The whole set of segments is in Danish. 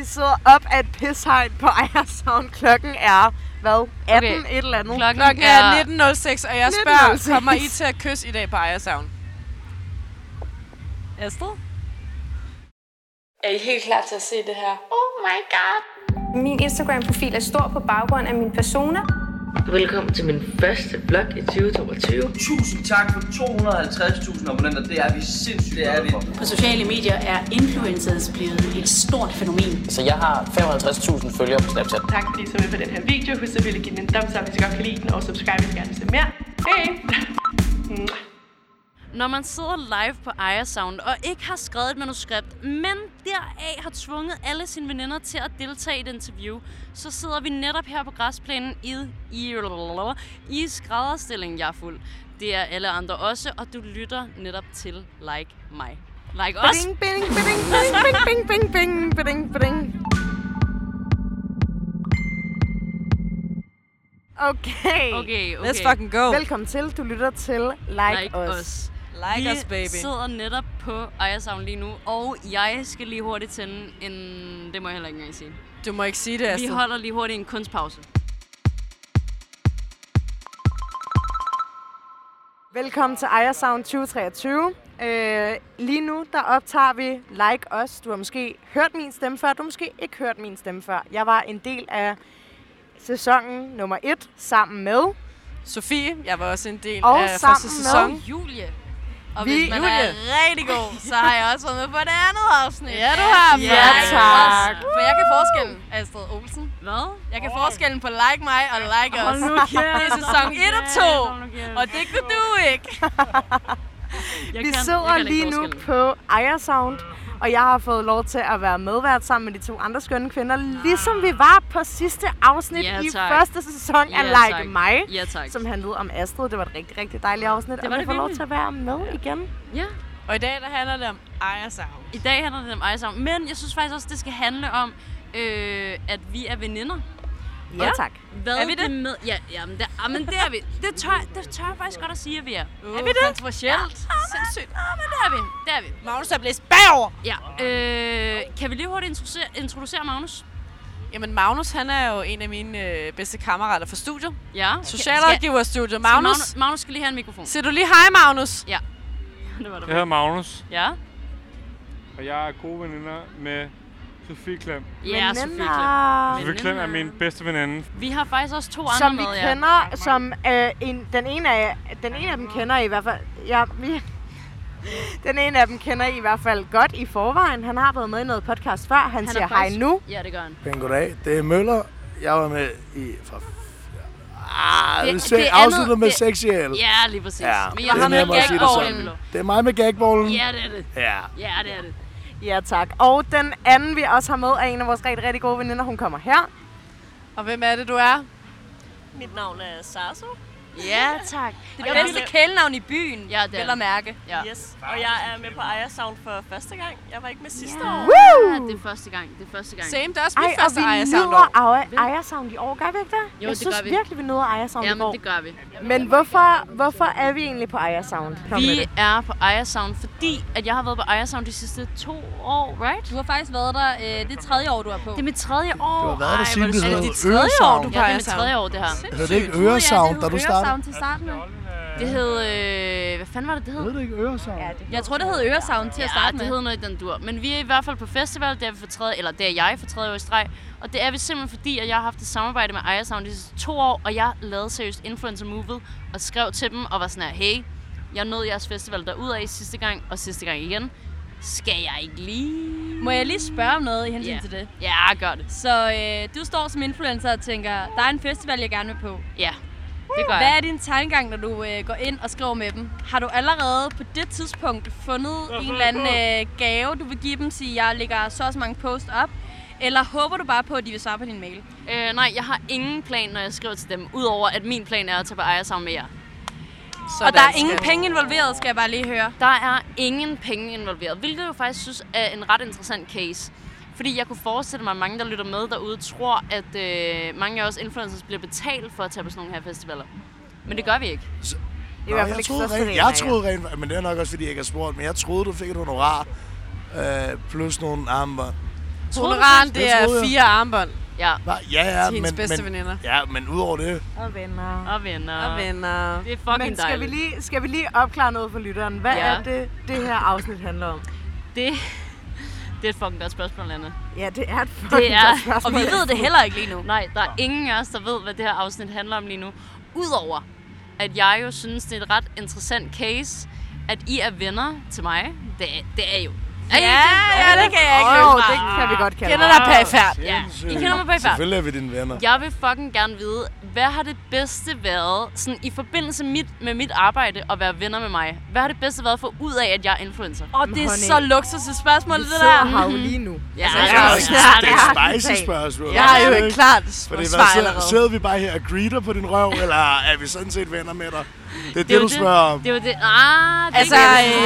Vi sidder op af et pishegn på Aya Sound. Klokken er, hvad? 18 okay. Et eller andet. Klokken er 19.06, og jeg spørger, kommer I til at kysse i dag på Aya Sound? Astrid? Er I helt klar til at se det her? Oh my god! Min Instagram-profil er stor på baggrund af min persona. Velkommen til min første vlog i 2022. Tusind tak for 250.000 abonnenter. Det er vi sindssygt. Det er vi. På sociale medier er influencers blevet et stort fænomen. Så jeg har 55.000 følgere på Snapchat. Tak fordi I så med på den her video. Husk selvfølgelig at give den en thumbs up, hvis I godt kan lide den. Og subscribe, hvis I gerne vil se mere. Hej! Når man sidder live på Aya Sound og ikke har skrevet et manuskript, men deraf har tvunget alle sine veninder til at deltage i et interview, så sidder vi netop her på græsplænen i skrædderstillingen. Jeg er fuld. Det er alle andre også, og du lytter netop til Like mig. Like os. Bing, bing, bing, bing, bing, bing, bing, bing, bing. Okay. Let's fucking go. Velkommen til. Du lytter til Like Us. Like us, baby. Vi sidder netop på Aya Sound lige nu, og jeg skal lige hurtigt tænde en... Det må jeg heller ikke engang sige. Du må ikke sige det, Astrid. Vi holder lige hurtigt en kunstpause. Velkommen til Aya Sound 2023. Lige nu, der optager vi Like Us. Du har måske hørt min stemme før, du har måske ikke hørt min stemme før. Jeg var en del af sæsonen nummer 1 sammen med... Sofie, jeg var også en del og af første sæson. Og Julie. Og hvis man er rigtig god, så har jeg også været med på det andet afsnit. Ja, du har. Ja, tak. For jeg kan forskellen, Astrid Olsen. Hvad? Jeg kan forskellen på Like mig og Like Us. Det er sæson 1 og 2, og det kunne du ikke. Vi sidder lige nu på Aya Sound, og jeg har fået lov til at være medvært sammen med de 2 andre skønne kvinder, ligesom vi var på sidste afsnit i første sæson af Like mig, som handlede om Astrid. Det var et rigtig, rigtig dejligt afsnit, og vi får lov til at være med igen. Ja. Og i dag, der handler det om Aya Sound. I dag handler det om Aya Sound, men jeg synes faktisk også, det skal handle om, at vi er veninder. Ja, tak. Hvad er vi det? Med? Men det er vi. Det tør jeg faktisk godt at sige, at vi er. Er vi det? Kontroversielt. Sindssygt. Men det er vi. Magnus er blæst bagover. Ja. Kan vi lige hurtigt introducere Magnus? Jamen, Magnus, han er jo en af mine bedste kammerater fra studiet. Ja. Socialrådgiverstudiet. Magnus skal lige have en mikrofon. Siger du lige hej, Magnus? Ja. Det var det. Jeg hedder Magnus. Ja. Og jeg er gode veninder med Sofie Klem. Ja, Sofie Klem. Sofie Klem er min bedste veninde. Vi har faktisk også 2 andre som med, vi kender, som den ene af dem kender I hvert fald. Den ene af dem kender I hvert fald godt i forvejen. Han har været med i noget podcast før. Han siger hej nu. Ja, det gør han. Pæn goddag. Det er Møller. Jeg var med i... afsnittet med Sexyel. Ja, lige præcis. Ja, men jeg har med gagballen. Det er mig med gagballen. Ja, det er det. Ja, det er det. Ja, tak. Og den anden, vi også har med, er en af vores rigtig, rigtig gode veninder. Hun kommer her. Og hvem er det, du er? Mit navn er Sarso. Ja, tak. Det bedste kælenavn i byen, det vil at mærke. Ja. Yes. Og jeg er med på Aya Sound for første gang. Jeg var ikke med sidste år. Ja, det er første gang. Same, det er også mit første Aya Sound år. Og vi nyder Aya Sound i år, gør vi ikke det? Jo, jeg synes virkelig, vi nyder Aya Sound i år. Jamen, det gør vi. Men hvorfor er vi egentlig på Aya Sound? Vi er på Aya Sound, fordi at jeg har været på Aya Sound de sidste 2 år, right? Du har faktisk været der, det er 3. år, du er på. Det er mit 3. år. Du har været der siden det hedder Øresound. Ja, det er mit 3. år, det her. Hed det ikke Øresound, da du startede? Til starten med. Det hed... hvad fanden var det hed? Hed det ikke Øresound? Jeg tror, det hed Øresound til at starte med. det hed noget i den dur. Men vi er i hvert fald på festival, det er jeg for 3. år i streg. Og det er vi simpelthen fordi, at jeg har haft et samarbejde med Aya Sound de sidste 2 år, og jeg lavede seriøst influencer movet og skrev til dem og var sådan her, hey, jeg nåede jeres festival derudad sidste gang, og sidste gang igen. Skal jeg ikke lige... Må jeg lige spørge om noget i hensyn til det? Ja, gør det. Så du står som influencer og tænker, der er en festival, jeg gerne vil på. Ja. Det gør Hvad er din tankegang, når du går ind og skriver med dem? Har du allerede på det tidspunkt fundet en eller anden gave, du vil give dem? Sige, jeg lægger så mange posts op. Eller håber du bare på, at de vil svare på din mail? Nej, jeg har ingen plan, når jeg skriver til dem. Udover at min plan er at tage på Aya sammen med jer. Sådan. Og der er ingen penge involveret, skal jeg bare lige høre. Der er ingen penge involveret, hvilket jeg jo faktisk synes er en ret interessant case. Fordi jeg kunne forestille mig, at mange, der lytter med derude, tror, at mange af os influencers bliver betalt for at tage på sådan nogle her festivaler. Men det gør vi ikke. I hvert fald ikke jeg troede rent, men det er nok også, fordi jeg ikke har spurgt, men jeg troede, du fik et honorar plus nogle armbånd. Honoran, det er 4 armbånd. Ja. Ja, til hendes bedste veninder. Ja, men udover det. Og venner. Og venner. Og venner. Det er fucking men dejligt. skal vi lige opklare noget for lytteren? Hvad er det her afsnit handler om? Det er et fucking godt spørgsmål, Anna. Ja, det er et fucking godt spørgsmål. Og vi ved det heller ikke lige nu. Nej, der er ingen af os, der ved, hvad det her afsnit handler om lige nu. Udover, at jeg jo synes, det er et ret interessant case, at I er venner til mig. Det er jo. Ja, det kan jeg ikke løbe fra. Det kan vi godt kalde. Kender dig perifært. Ja, I kender mig perifært. Selvfølgelig er vi dine venner. Jeg vil fucking gerne vide, hvad har det bedste været, sådan i forbindelse med mit arbejde at være venner med mig? Hvad har det bedste været for ud af, at jeg er influencer? Det er så luksus et spørgsmål, det der. Vi sidder her jo lige nu. Ja, det er spicy spørgsmål. Jeg har jo et klart svar allerede. Sidder vi bare her og greeter på din røv, eller er vi sådan set venner med dig? Det er det, du spørger om. Det er jo det. Altså,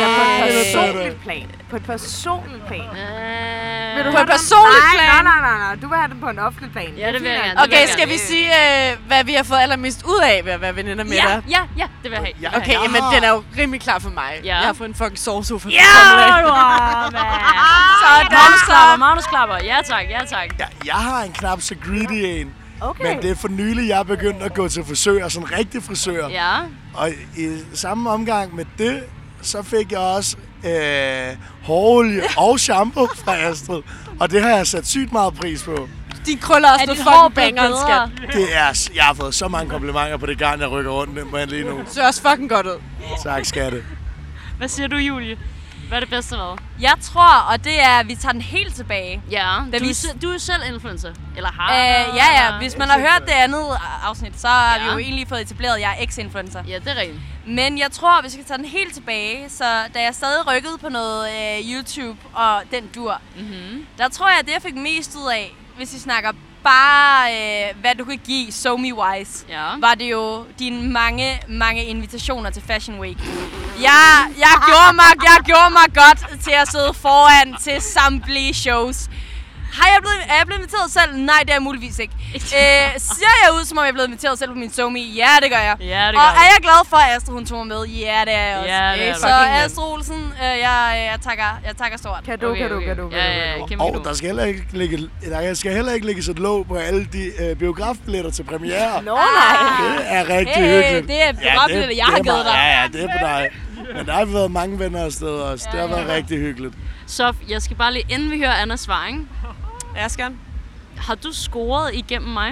på et personligt plan. Vil du på et personligt plan? Nej. Du vil have det på en offentlig plan. Ja, det vil jeg gerne. Okay, skal vi sige, hvad vi har fået allermest ud af ved at være veninder med dig? Ja, det vil jeg have. Okay, men den er jo rimelig klar for mig. Ja. Jeg har fået en fucking sovesofa. Ja, du har, mand. Magnus klapper. Ja, tak. Jeg har en knap så greedy en. Okay. Men det er for nylig, jeg er begyndt at gå til frisør, sådan en rigtig frisør. Ja. Og i samme omgang med det, så fik jeg også hårolie og shampoo fra Astrid. Og det har jeg sat sygt meget pris på. De krøller også noget fucking bangeren, skat. Jeg har fået så mange komplimenter på det garn, jeg rykker rundt med lige nu. Det ser også fucking godt ud. Tak, skatte. Hvad siger du, Julie? Hvad er det bedste ved? Jeg tror, og det er, at vi tager den helt tilbage. Ja, du er jo selv influencer. Eller har ja. Hvis man har hørt det andet afsnit, så har vi jo egentlig fået etableret, at jeg er ex-influencer. Ja, det er rigtigt. Men jeg tror, vi skal tage den helt tilbage, så da jeg stadig rykkede på noget YouTube og den dur, der tror jeg, at det jeg fik mest ud af, hvis vi snakker bare, hvad du kan give SoMe-wise, var det jo dine mange invitationer til Fashion Week. Jeg gjorde mig godt til at sidde foran til samtlige shows. Er jeg blevet inviteret selv? Nej, det er jeg muligvis ikke. Ser jeg ud, som om jeg er blevet inviteret selv på min SoMe? Ja, det gør jeg. Og er jeg glad for, at Astrid hun tog mig med? Ja, det er jeg også. Ja, det er så Astrid Olsen, jeg takker stort. Kan du. Og der skal heller ikke lægges et låg på alle de biografbilletter til premiere. Nå nej. Det er rigtig hyggeligt. Det er biografbilletter, jeg har givet dig. Ja, det er på dig. Men der har været mange venner afsted også. Det har været rigtig hyggeligt. Så jeg skal bare lige, inden vi hører Annas svar, ikke? Jeg skal. Har du scoret igennem mig?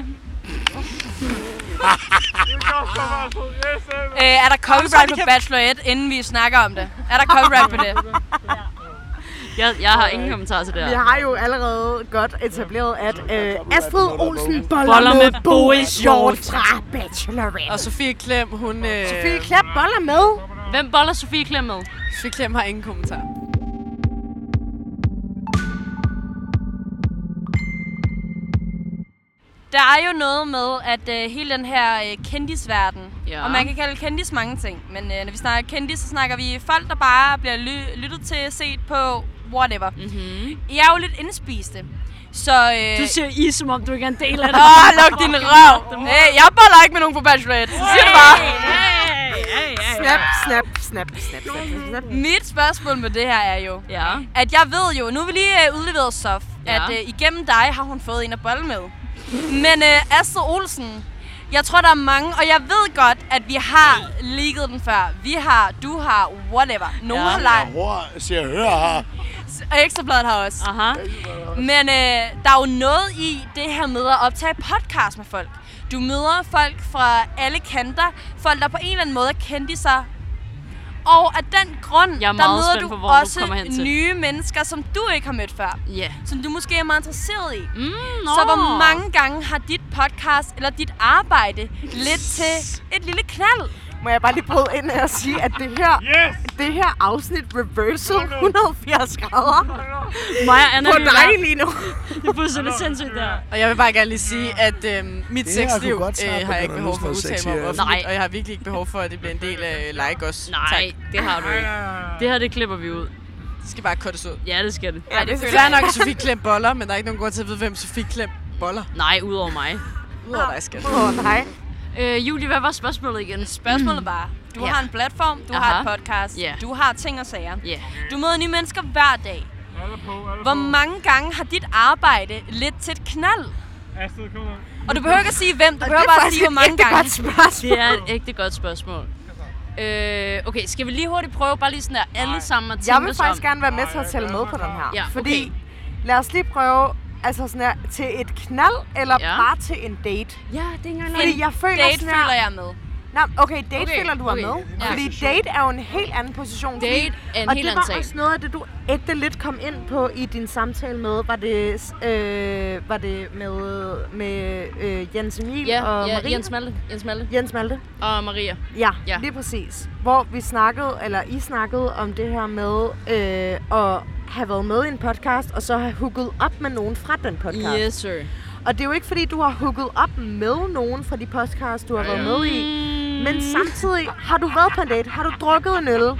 Er der copyright på Bachelorette, inden vi snakker om det? Er der copyright på det? Jeg har ingen kommentar til det her. Vi har jo allerede godt etableret, at Astrid Olsen boller med Boris Hjort fra Bachelorette. Og Sofie Klem, hun... Sofie Klem boller med. Hvem boller Sofie Klem med? Sofie Klem har ingen kommentar. Der er jo noget med, at hele den her kendisverden, og man kan kalde kendis mange ting, men når vi snakker kendis, så snakker vi folk, der bare bliver lyttet til, set på, whatever. I er jo lidt indspiste. Så, du siger I, som om du ikke er en del af det. Luk din røv. Jeg boller ikke med nogen på Bachelorette. Så siger det bare. Snap. Mit spørgsmål med det her er jo, at jeg ved jo, nu vil vi lige udleveret Sof, at igennem dig har hun fået en at bolle med. Men Astrid Olsen, jeg tror, der er mange, og jeg ved godt, at vi har leaget den før. Du har, whatever. Nogen har leget. Hører og Ekstrabladet har også. Aha. Men der er jo noget i det her med at optage podcast med folk. Du møder folk fra alle kanter. Folk, der på en eller anden måde er kendiser. Og af den grund, der møder du også nye mennesker, som du ikke har mødt før. Yeah. Som du måske er meget interesseret i. Så hvor mange gange har dit podcast eller dit arbejde lidt til et lille knald? Må jeg bare lige bryde ind og sige, at det her afsnit reversal 180 grader på dig lige nu. Det er fuldstændig sindssygt der. Og jeg vil bare gerne lige sige, at mit sexliv har jeg ikke behov for at udtale mig om offentligt, og jeg har virkelig ikke behov for, at det bliver en del af Like Os. Nej, det har du ikke. Det her, det klipper vi ud. Det skal bare cuttes ud. Ja, det skal det. Ja, det er nok, at Sofie Klem boller, men der er ikke nogen grund til at vide, hvem Sofie Klem boller. Nej, udover mig. Udover dig, skat. Udover dig. Julie, hvad var spørgsmålet igen? Spørgsmålet var, du har en platform, du har et podcast, du har ting og sager. Du møder nye mennesker hver dag. Hvor mange gange har dit arbejde lidt til et knald? Og du behøver ikke at sige hvem, du behøver bare at sige, hvor mange gange. Det er et ægte godt spørgsmål. Okay, skal vi lige hurtigt prøve, bare lige sådan der, alle sammen at tænke Jeg vil faktisk gerne være med til at tælle med på den her. Ja, fordi, lad os lige prøve, altså sådan her, til et knald, eller bare til en date. Ja, det er ikke engang fordi jeg føler date sådan her, føler jeg med. Okay, date føler du er med. Ja. Fordi date er jo en helt anden position. Date er en helt anden Og det var også noget af det, du ægte lidt kom ind på i din samtale med, var det med Jens Emil og Marie? Jens Malte. Og Maria. Ja, lige præcis. Hvor vi snakkede, eller I snakkede om det her med at have været med i en podcast, og så have hooket op med nogen fra den podcast. Yes, sir. Og det er jo ikke, fordi du har hooket op med nogen fra de podcasts, du har været med i. Men samtidig har du været på en date, har du drukket en øl.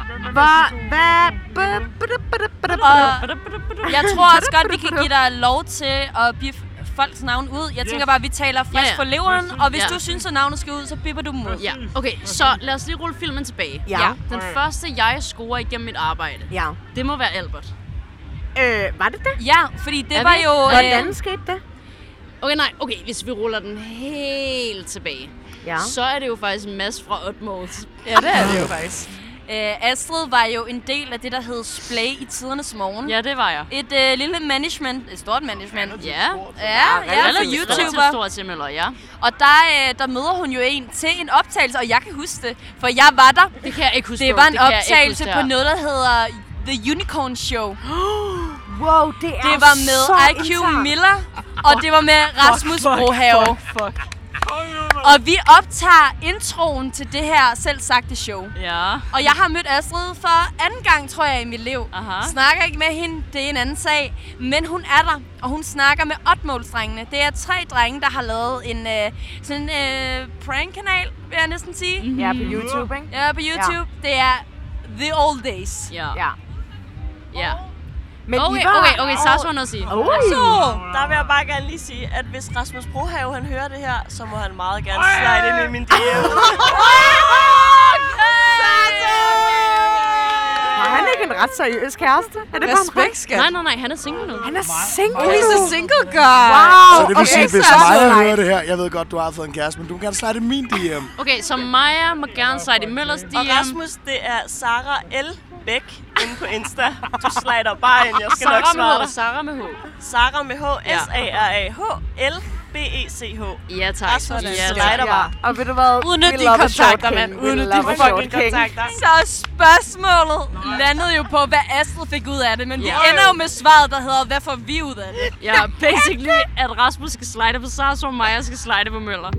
Jeg tror også godt, vi kan give dig lov til at biffe folks navn ud. Jeg tænker bare, at vi taler frisk for leveren, og hvis du synes, at navnet skal ud, så bipper du dem ud. Ja, okay, så lad os lige rulle filmen tilbage. Ja. Den første, jeg scorer igennem mit arbejde, det må være Albert. Var det det? Ja, fordi det var jo... Hvordan skete det? Okay, hvis vi ruller den helt tilbage, så er det jo faktisk Mads fra Utmost. Ja, det er det jo faktisk. Astrid var jo en del af det, der hed Splay i tidernes morgen. Ja, det var jeg. Et lille management, et stort management. Ja, eller YouTuber. Stort simpelthen, ja. Og der møder hun jo en til en optagelse, og jeg kan huske det, for jeg var der. Det kan jeg ikke huske. Det var en optagelse på noget, der hedder The Unicorn Show. Wow, det var med IQ Miller, og det var med Rasmus Brohave. Og vi optager introen til det her selvsagte show. Ja. Og jeg har mødt Astrid for anden gang, tror jeg, i mit liv. Snakker ikke med hende, det er en anden sag. Men hun er der, og hun snakker med Utmost-drengene. Det er 3 drenge, der har lavet en sådan prank-kanal, vil jeg næsten sige. Mm-hmm. Ja, på YouTube, ikke? Ja, på YouTube. Ja. Det er The Old Days. Ja. Men okay, Sars var noget at sige. Så, der vil jeg bare gerne lige sige, at hvis Rasmus Brohave, han hører det her, så må han meget gerne slide ind i min DM. Har han ikke en ret seriøs kæreste? Er det respekt, skat? Nej, han er single nu. Han er single nu? He's a single guy. Wow. Så det vil sige, hvis Maja hører det her, jeg ved godt, du har fået en kæreste, men du kan gerne slide i min DM. Okay, så Maja må gerne slide i Møllers DM. Og Rasmus, det er Sara L. Bæk inde på Insta. Du slider bare ind, jeg skal nok svare dig. Sara med H. Sara med H. S-A-R-A-H. L-B-E-C-H. Ja, tak. Rasmus, slider bare. Og ved du hvad? Udnyt de kontakter, mand. Udnyt de fucking kontakter. Så spørgsmålet landede jo på, hvad Astrid fik ud af det. Men vi ender jo med svaret, der hedder, hvad får vi ud af det? Ja, basically, at Rasmus skal slide på Sara, og Maja skal slide på Møller.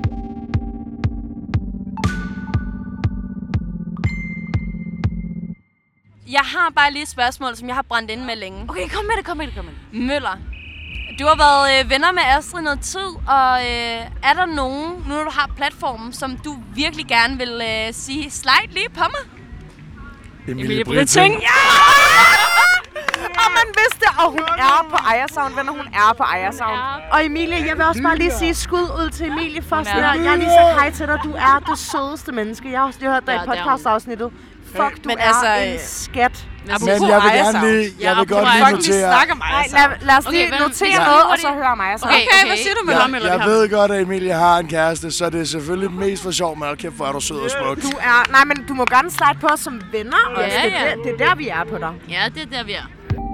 Jeg har bare lige et spørgsmål, som jeg har brændt ind med længe. Okay, kom med det. Møller, du har været venner med Astrid noget tid, og er der nogen, nu når du har platformen, som du virkelig gerne vil sige, slide lige på mig? Emilie Britting. Ja! Og man vidste, og hun er på Ejersound, venner, hun er på Ejersound. Og Emilie, jeg vil også bare lige sige skud ud til Emilie først. Jeg har lige sagt hej til dig, du er det sødeste menneske. Jeg har også lige hørt dig i podcast-afsnittet. Fuck, du men er en skat. Men jeg vil gerne lige, jeg vil godt lige notere. Lad os lige notere noget, og så høre mig. Okay, hvad siger du med ham? Jeg ved godt, at Emilie har en kæreste, så det er selvfølgelig mest for sjov, men kæft, hvor er du sød og smuk. Nej, men du må gerne slide på os som venner, og det er der, vi er på dig. Ja, det er der, vi er.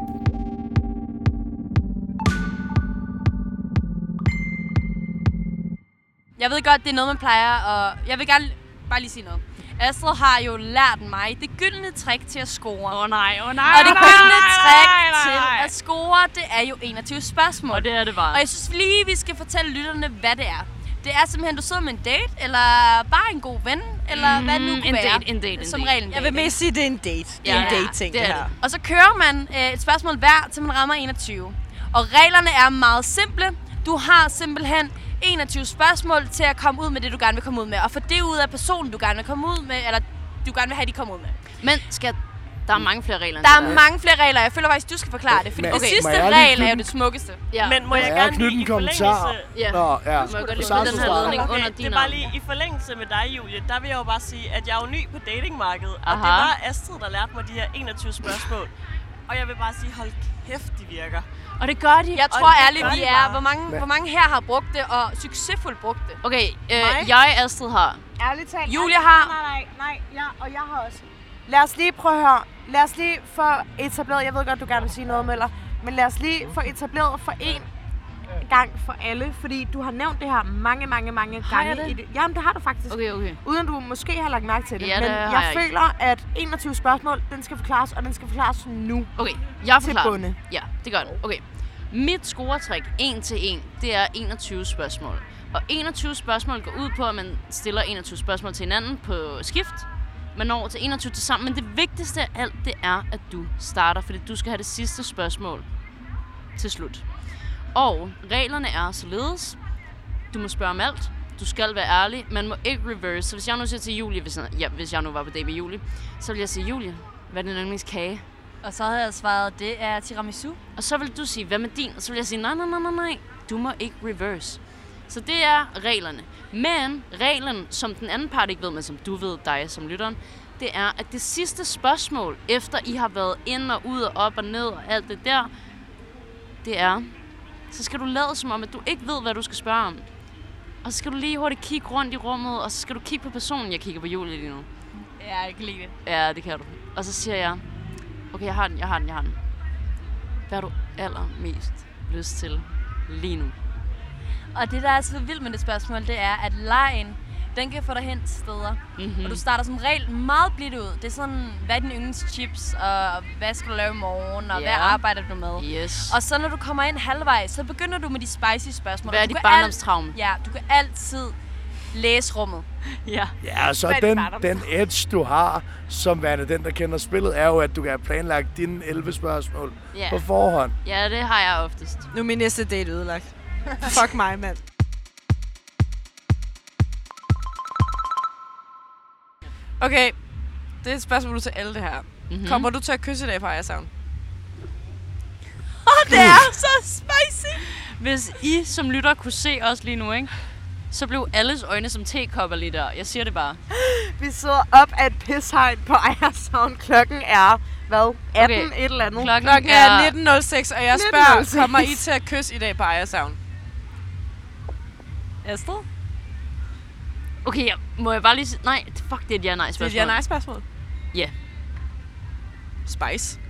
Jeg ved godt, det er noget, man plejer, og jeg vil gerne bare lige sige noget. Astrid har jo lært mig det gyldne trick til at score. Åh nej. Og det gyldne trick til at score, det er jo 21 spørgsmål. Og det er det bare. Og jeg synes lige, vi skal fortælle lytterne, hvad det er. Det er simpelthen, du sidder med en date, eller bare en god ven, eller hvad nu kunne være. En date. Som regel en date. Jeg vil mest sige, det er en date. Det er en date-ting, det her. Og så kører man et spørgsmål hver, til man rammer 21. Og reglerne er meget simple. Du har simpelthen 21 spørgsmål til at komme ud med det, du gerne vil komme ud med. Og få det ud af personen, du gerne vil komme ud med, eller du gerne vil have, de kommer ud med. Men der er mange flere regler. Der er mange flere regler. Jeg føler faktisk, du skal forklare det. Fordi det sidste regel er jo det smukkeste. Ja. Men må jeg gerne lige i forlængelse... Ja. Nå, ja. Må jeg godt lige få den her ledning under din det er bare lige i forlængelse med dig, Julie. Der vil jeg jo bare sige, at jeg er jo ny på datingmarkedet. Og det var Astrid, der lærte mig de her 21 spørgsmål. Og jeg vil bare sige, hold kæft, de virker. Og det gør de. Jeg tror ærligt, vi er... Hvor mange her har brugt det, og succesfuldt brugt det? Okay, jeg, Astrid, har. Ærligt talt. Julia har. Nej, ja, og jeg har også. Lad os lige prøve at høre. Lad os lige få etableret... Jeg ved godt, du gerne vil sige noget, Møller. Men lad os lige få etableret for én gang for alle. Fordi du har nævnt det her mange gange. Jamen, det har du faktisk. Okay. Uden du måske har lagt mærke til det. Ja, men det jeg føler, at 21 spørgsmål, den skal forklares, og den skal forklares nu. Okay, jeg forklarer. Til bunde. Ja, det gør den. Okay. Mit scoretræk 1-1, det er 21 spørgsmål. Og 21 spørgsmål går ud på, at man stiller 21 spørgsmål til hinanden på skift. Man når til 21 til sammen, men det vigtigste af alt, det er, at du starter, fordi du skal have det sidste spørgsmål til slut. Og reglerne er således. Du må spørge om alt. Du skal være ærlig. Man må ikke reverse. Så hvis jeg nu siger til Julie, hvis jeg nu var på date med Julie, så vil jeg sige, Julie, hvad er din yndlingskage? Og så havde jeg svaret, det er tiramisu. Og så vil du sige, hvad med din? Og så vil jeg sige, nej. Du må ikke reverse. Så det er reglerne. Men reglen, som den anden part ikke ved, men som du ved, dig som lytteren, det er, at det sidste spørgsmål, efter I har været ind og ud og op og ned og alt det der, det er, så skal du lade som om, at du ikke ved, hvad du skal spørge om. Og så skal du lige hurtigt kigge rundt i rummet, og så skal du kigge på personen. Jeg kigger på Julie lige nu. Ja, jeg kan lide det. Ja, det kan du. Og så siger jeg, okay, jeg har den. Hvad har du allermest lyst til lige nu? Og det, der er så vildt med det spørgsmål, det er, at legen, den kan få dig hen til steder. Mm-hmm. Og du starter som regel meget blidt ud. Det er sådan, hvad er din yndlingschips, og hvad skal du lave i morgen, og hvad arbejder du med? Yes. Og så når du kommer ind halvvejs, så begynder du med de spicy spørgsmål. Hvad er dit barndomstraume? Ja, du kan altid læse rummet. Ja, så den edge, du har, som værende den, der kender spillet, er jo, at du kan have planlagt dine 11 spørgsmål på forhånd. Ja, det har jeg oftest. Nu er min næste date ødelagt. Fuck mig, mand. Okay, det er et spørgsmål til alle det her. Mm-hmm. Kommer du til at kysse i dag på Aya Sound? Det er så spicy! Hvis I som lytter kunne se os lige nu, ikke? Så blev alles øjne som tekopper lige der. Jeg siger det bare. Vi sidder op af et pishegn på Aya Sound. Klokken er, 18 et eller andet. Klokken er 19.06, og jeg spørger, kommer I til at kysse i dag på Aya Sound? Astrid? Okay, må jeg bare lige sige... Nej, fuck, det er et ja-nej-spørgsmål. Det er et ja-nej-spørgsmål? Ja. Yeah. Spice.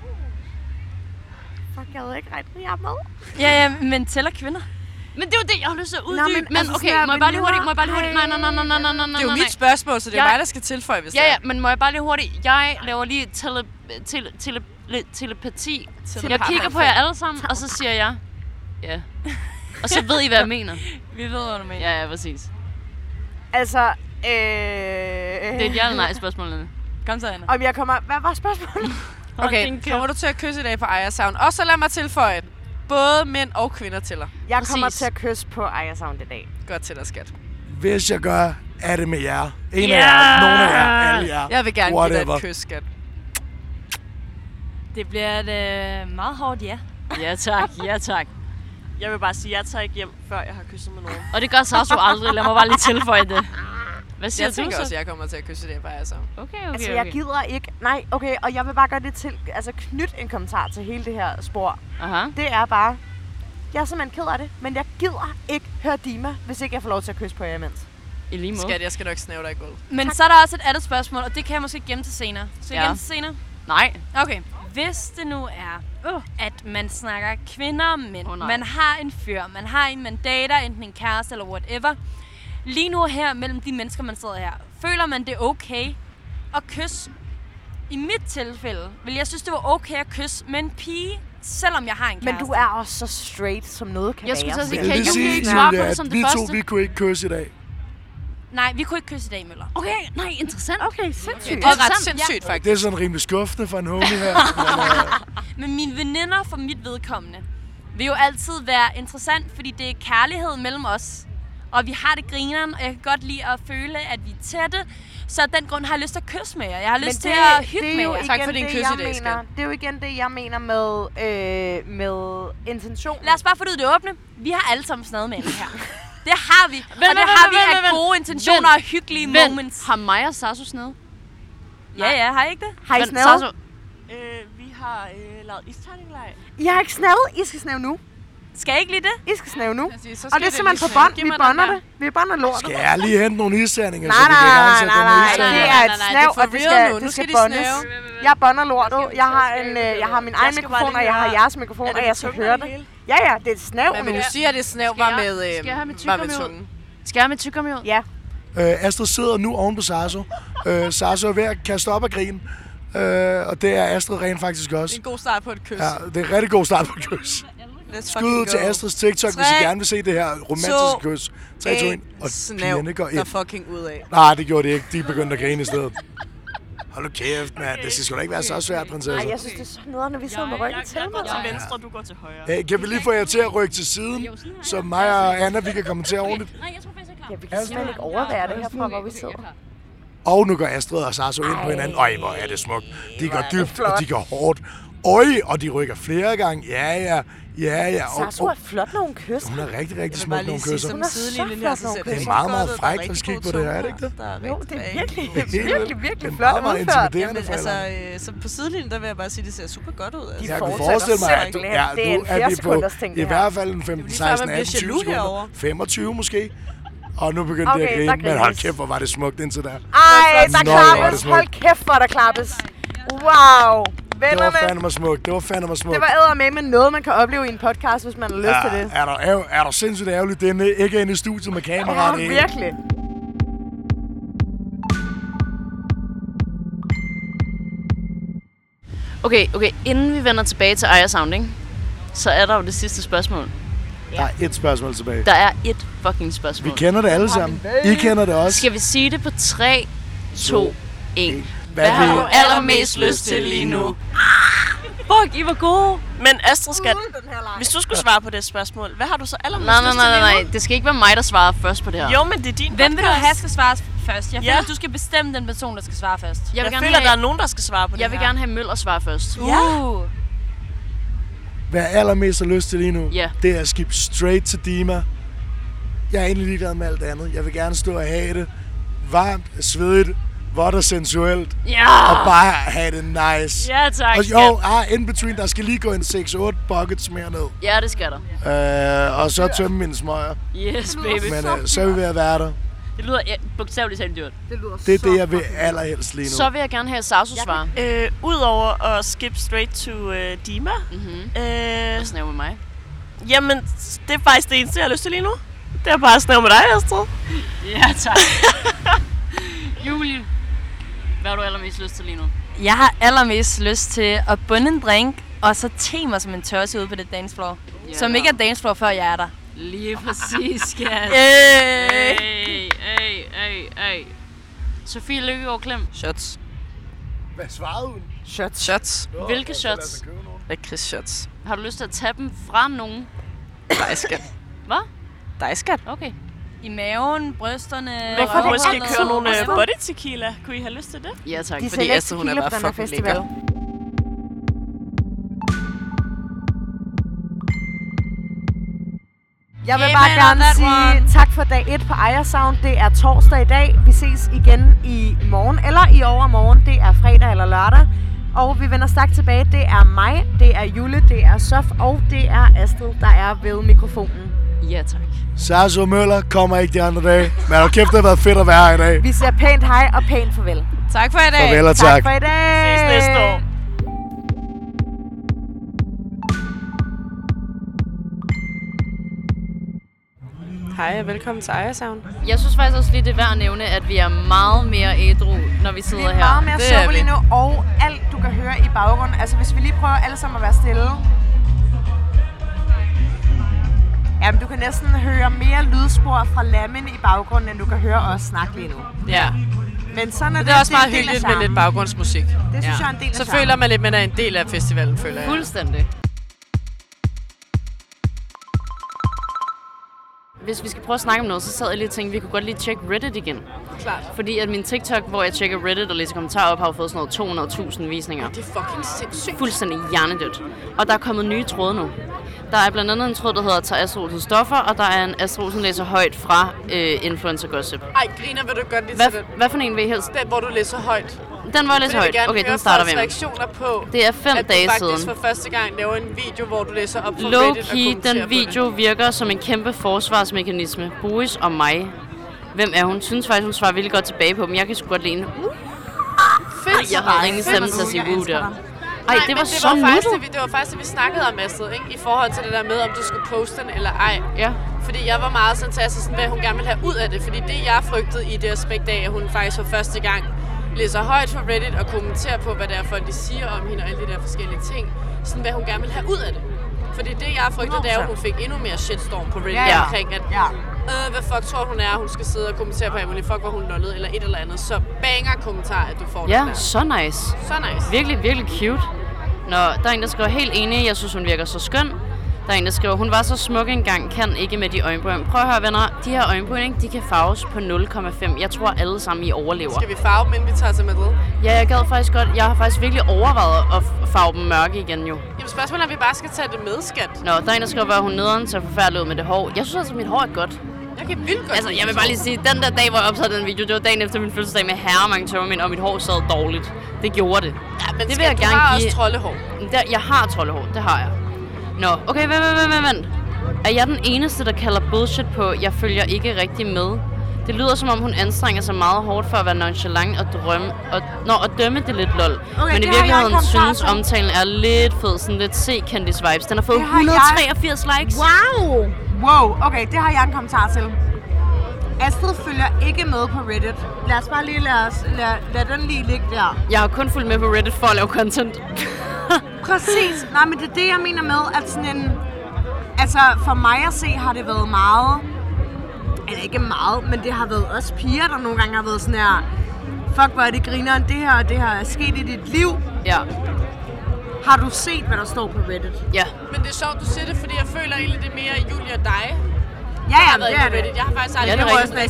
Fuck, jeg ved ikke ret, hvad jeg er med. Ja, men tæller kvinder? Men det er jo det, jeg har lyst til at uddybe. Men altså, okay, må jeg bare lige hurtigt? Nej. Det er jo mit spørgsmål, så det er mig, der skal tilføje, hvis det er. Ja, men må jeg bare lige hurtigt? Jeg laver lige telepati. Jeg kigger på jer alle sammen, og så siger jeg... Ja. Og så ved I, hvad jeg mener. Vi ved, hvad du mener. Ja, præcis. Altså, det er et ja eller nej spørgsmål. Kom så, Anna. Om jeg kommer... Hvad var spørgsmålet? Okay, kommer du til at kysse i dag på Aya Sound? Og så lad mig tilføje, både mænd og kvinder tæller. Jeg kommer til at kysse på Aya Sound i dag. Godt til dig, skat. Hvis jeg gør, er det med jer. En af jer, nogle af jer, alle jer. Jeg vil gerne give dig et kys, skat. Det bliver et meget hårdt ja. Ja tak. Jeg vil bare sige, at jeg tager ikke hjem, før jeg har kysset med nogen. Og det gør Sasso aldrig. Lad mig bare lige tilføje det. Hvad siger jeg tænker også, at jeg kommer til at kysse det bare så. Okay. Altså, jeg gider ikke... Nej, okay, og jeg vil bare gøre det til... Altså, knytte en kommentar til hele det her spor. Aha. Det er bare... Jeg er simpelthen ked af det, men jeg gider ikke høre Dima, hvis ikke jeg får lov til at kysse på jer imens. I lige måde. Skat, jeg skal nok snæve dig i gulvet. Men tak. Så er der også et andet spørgsmål, og det kan jeg måske gemme til senere. Så igen til senere? Nej. Okay. Hvis det nu er, at man snakker kvinder og mænd, man har en fyr, man har en man dater, enten en kæreste eller whatever. Lige nu her, mellem de mennesker, man sidder her, føler man det okay at kysse? I mit tilfælde vil jeg synes, det var okay at kysse med en pige, selvom jeg har en kæreste. Men du er også så straight, som noget kan være. Jeg skulle så sige, kan I ikke svare på det som det første? Vi kunne ikke kysse i dag. Nej, vi kunne ikke kysse i dag, Møller. Okay, nej, interessant. Okay, sindssygt. Det er ret sindssygt, faktisk. Det er sådan rimelig skuffende for en homie her. Men mine veninder for mit vedkommende vil jo altid være interessant, fordi det er kærlighed mellem os. Og vi har det grineren, og jeg kan godt lide at føle, at vi er tætte. Så af den grund har jeg lyst til at kysse med jer. Jeg har lyst til at hygge med jer. Tak for din kys i dag, Skat. Det er jo igen det, jeg mener med intention. Lad os bare få det ud det åbne. Vi har alle sammen snadet med her. Det har vi. Og det har vi af gode intentioner og hyggelige moments. Har Maja og Sasso snadet? Ja, har I ikke det? Har I snadet? Vi har lavet isterninglej. I har ikke snævet. I skal snæve nu. Skal I ikke lige det? I skal snæve nu. Og det er simpelthen på bånd. Vi bonder det. Vi bonder lortet. Skal jeg lige hente nogle isterninger, så vi kan igangsætte den med isterninger? Det er et snæv, og det skal bondes. Jeg bonder lortet. Jeg har min egen mikrofon, og jeg har jeres mikrofon, og jeg skal høre det. Ja, det er et snæv nu. Men vil du sige, at det snæv var med tungen? Skal jeg have mit tyggegummi ud? Ja. Astrid sidder nu oven på Sarso. Sarso er ved at kaste op af grin. Og det er Astrid rent faktisk også. Det er en god start på et kys. Ja, det er en rigtig god start på et kys. Skud til Astrids TikTok, hvis I gerne vil se det her romantiske kys. 3, 2, 1, og pigerne går ind. Der fucking ud af. Nej, det gjorde det ikke. De begyndte at grine i stedet. Hold nu kæft, mand. Det skal sgu da ikke være så svært, prinsesse. Nej, jeg synes, det er så noget, når vi sidder med ryggen til mig. Jeg går til venstre, du går til højre. Kan vi lige få jer til at rykke til siden, så mig og Anna, vi kan kommentere ordentligt? Ja, vi kan simpelthen ikke overvære det herfra, hvor vi sidder. Og nu går Astrid og Sarso ind på hinanden. Øj, hvor er det smukt. De går dybt, og de går hårdt. Øj, og de rykker flere gange. Ja. Sarso er flot, når hun kysser. Hun er rigtig smuk, når hun kysser. Hun er så flot, når hun kysser. Det er meget frækt at kigge på det her, er det ikke det? Jo, det er virkelig flot udført. Jamen, altså, så på sidelinjen, der vil jeg bare sige, det ser super godt ud. Jeg kan forestille mig, at du er på i hvert fald en 15, 16, 18, 20 sekunder. 25 måske. Og nu begyndte det at grine, men hold kæft, hvor var det smukt indtil der. Ej, der klappes. Hold kæft, hvor der klappes. Wow. Det var fandme smukt. Det var eddermame noget, man kan opleve i en podcast, hvis man har lyst til det. Er der sindssygt ærgerligt, denne ikke er inde i studiet med kameraet? Ja, virkelig. Okay, inden vi vender tilbage til Aya Sound, ikke? Så er der jo det sidste spørgsmål. Der er et spørgsmål tilbage. Der er et fucking spørgsmål. Vi kender det alle sammen. I kender det også. Skal vi sige det på 3, 2, 1. Hvad har du allermest lyst til lige nu? Fuck, I var gode. Men Astrid, skat, hvis du skulle svare på det spørgsmål, hvad har du så allermest lyst til lige nu? Nej. Det skal ikke være mig, der svarer først på det her. Jo, men det er din podcast. Hvem vil du have skal svare først? Jeg føler, at du skal bestemme den person, der skal svare først. Jeg føler, der er nogen, der skal svare på det her. Jeg vil gerne have Møller svare først. Hvad jeg allermest har lyst til lige nu, det er at skifte straight til Dima. Jeg er egentlig ligeglad med alt andet. Jeg vil gerne stå og have det varmt, svedigt, vådt og sensuelt. Og bare have det nice. Ja, tak. Og in between, der skal lige gå en 6-8 buckets mere ned. Ja, det skal der. Og så tømme mine smøger. Yes, baby. Men så er vi ved at være der. Det lyder bogstaveligt talt dyrt. Det er det, jeg vil allerhelst lige nu. Så vil jeg gerne have Sarso svar. Udover at skip straight to Dima. Og snæve med mig. Jamen, det er faktisk det eneste, jeg har lyst til lige nu. Det er bare at snæve med dig, Astrid. Ja, tak. Julie, hvad har du allermest lyst til lige nu? Jeg har allermest lyst til at bunde en drink, og så te mig som en tørse ude på det dancefloor. Som ikke er dancefloor, før jeg er der. Lige præcis, skat. Hey. Sofie Lykkegaard Klem. Shots. Hvad svarede hun? Shots. Hvilke shots? Lakrids shots. Har du lyst til at tage dem fra nogen? Dig, skat. Hvad? Dig, skat. Okay. I maven, brysterne... Man kunne måske køre nogle body tequila. Kunne I have lyst til det? Ja, tak. Fordi Astrid, hun er bare fucking lækker. Jeg vil bare gerne sige tak for dag 1 på Aya Sound. Det er torsdag i dag. Vi ses igen i morgen eller i overmorgen. Det er fredag eller lørdag. Og vi vender straks tilbage. Det er mig, det er Jule, det er Sof og det er Astrid, der er ved mikrofonen. Ja, tak. Sarso Møller kommer ikke de andre dage. Men hold kæft, det har været fedt at være her i dag. Vi siger pænt hej og pænt farvel. Tak for i dag. Farvel og tak. Tak for i dag. Ses næste år. Hej og velkommen til Aya Sound. Jeg synes faktisk også lige, det er værd at nævne, at vi er meget mere ædru, når vi sidder her. Vi er meget mere sober lige nu, og alt du kan høre i baggrunden. Altså hvis vi lige prøver alle sammen at være stille. Jamen du kan næsten høre mere lydspor fra Lammen i baggrunden, end du kan høre os snakke lige nu. Ja. Men sådan det er også meget hyggeligt med lidt baggrundsmusik. Det synes jeg er en del af så føler man lidt, man er en del af festivalen, føler jeg. Fuldstændig. Hvis vi skal prøve at snakke om noget, så sad jeg lige og tænkte, at vi kunne godt lige tjekke Reddit igen. Klart. Fordi at min TikTok, hvor jeg tjekker Reddit og læser kommentarer op, har fået sådan noget 200.000 visninger. Det er fucking sindssygt. Fuldstændig hjernedødt. Og der er kommet nye tråde nu. Der er blandt andet en tråd, der hedder Tager Astrid Olsen stoffer, og der er en Astrid Olsen læser højt fra Influencer Gossip. Ej, griner vil du godt lige til det. Hvad for en vil I helst? Den, hvor du læser højt. Den var lidt højt. Okay, den starter vi med. Reaktioner på, det er 5 dage siden. At du faktisk for første gang laver en video, hvor du læser op på Low-key, Reddit og kommenterer den video virker som en kæmpe forsvarsmekanisme. Boris og mig. Hvem er hun? Synes faktisk, hun svarer virkelig godt tilbage på dem. Jeg kan sgu godt lide hende. Fedt. Jeg havde ingen stemme til at sige der. Ej, det var så nuttet. Det var faktisk det, vi snakkede om, Astrid, ikke? I forhold til det der med, om du skulle poste den eller ej. Ja. Fordi jeg var meget sådan til, sådan, hvad hun gerne ville have ud af det. Fordi det, jeg frygtede i det aspekt af, at hun faktisk for første gang læser højt for Reddit og kommenterer på, hvad der er folk, de siger om hende og alle de der forskellige ting. Sådan, hvad hun gerne ville have ud af det. Fordi det, jeg frygtede, det er, at hun fik endnu mere shitstorm på Reddit omkring, at hvad fuck tror hun er, hun skal sidde og kommentere på Emily, fuck, hvor hun lollede, eller et eller andet. Så banger kommentar, at du får det der. Ja, så nice. Så nice. Virkelig, virkelig cute. Nå, der er en, der skriver helt enig. Jeg synes, hun virker så skøn. Der er en, der skriver, hun var så smuk engang, kan ikke med de øjenbryn. Prøv at høre, venner. De her øjenbryn, de kan farves på 0,5. Jeg tror alle sammen, I overlever. Skal vi farve dem, inden vi tager til Madrid? Ja, jeg gad faktisk godt. Jeg har faktisk virkelig overvejet at farve dem mørke igen, jo. Jamen spørgsmålet er, om vi bare skal tage det med, skat. Nå, der er en, der skriver, at hun nederen så forfærdeligt ud med det hår. Jeg synes altså, mit hår er godt. Jeg kan vildt godt. Altså, jeg vil bare lige sige, den der dag, hvor jeg optagede den video, det var dagen efter min fødselsdag med herremange tømmermænd, og mit hår sad dårligt. Det gjorde det. Ja, men det vil jeg gerne har give. Også troldehår. Jeg har troldehår, det har jeg. Nå, okay, vent. Er jeg den eneste, der kalder bullshit på, jeg følger ikke rigtig med? Det lyder som om, hun anstrenger sig meget hårdt for at være nonchalant og dømme det lidt lol. Okay, men i virkeligheden synes omtalen er lidt fed, sådan lidt C-Candice vibes. Den har fået 183 likes. Wow, okay, det har jeg en kommentar til. Astrid følger ikke med på Reddit. Lad os bare lige lad den lige ligge der. Jeg har kun fulgt med på Reddit for at lave content. Præcis. Nej, men det er det, jeg mener med, at sådan en... Altså, for mig at se, har det været meget... Eller ikke meget, men det har været også piger, der nogle gange har været sådan her... Fuck, hvor er det grineren, det her og det her er sket i dit liv. Ja. Har du set, hvad der står på Reddit? Ja. Men det er sjovt, du siger det, fordi jeg føler egentlig, det er mere Julie og dig. Ja, det er det. Jeg har faktisk aldrig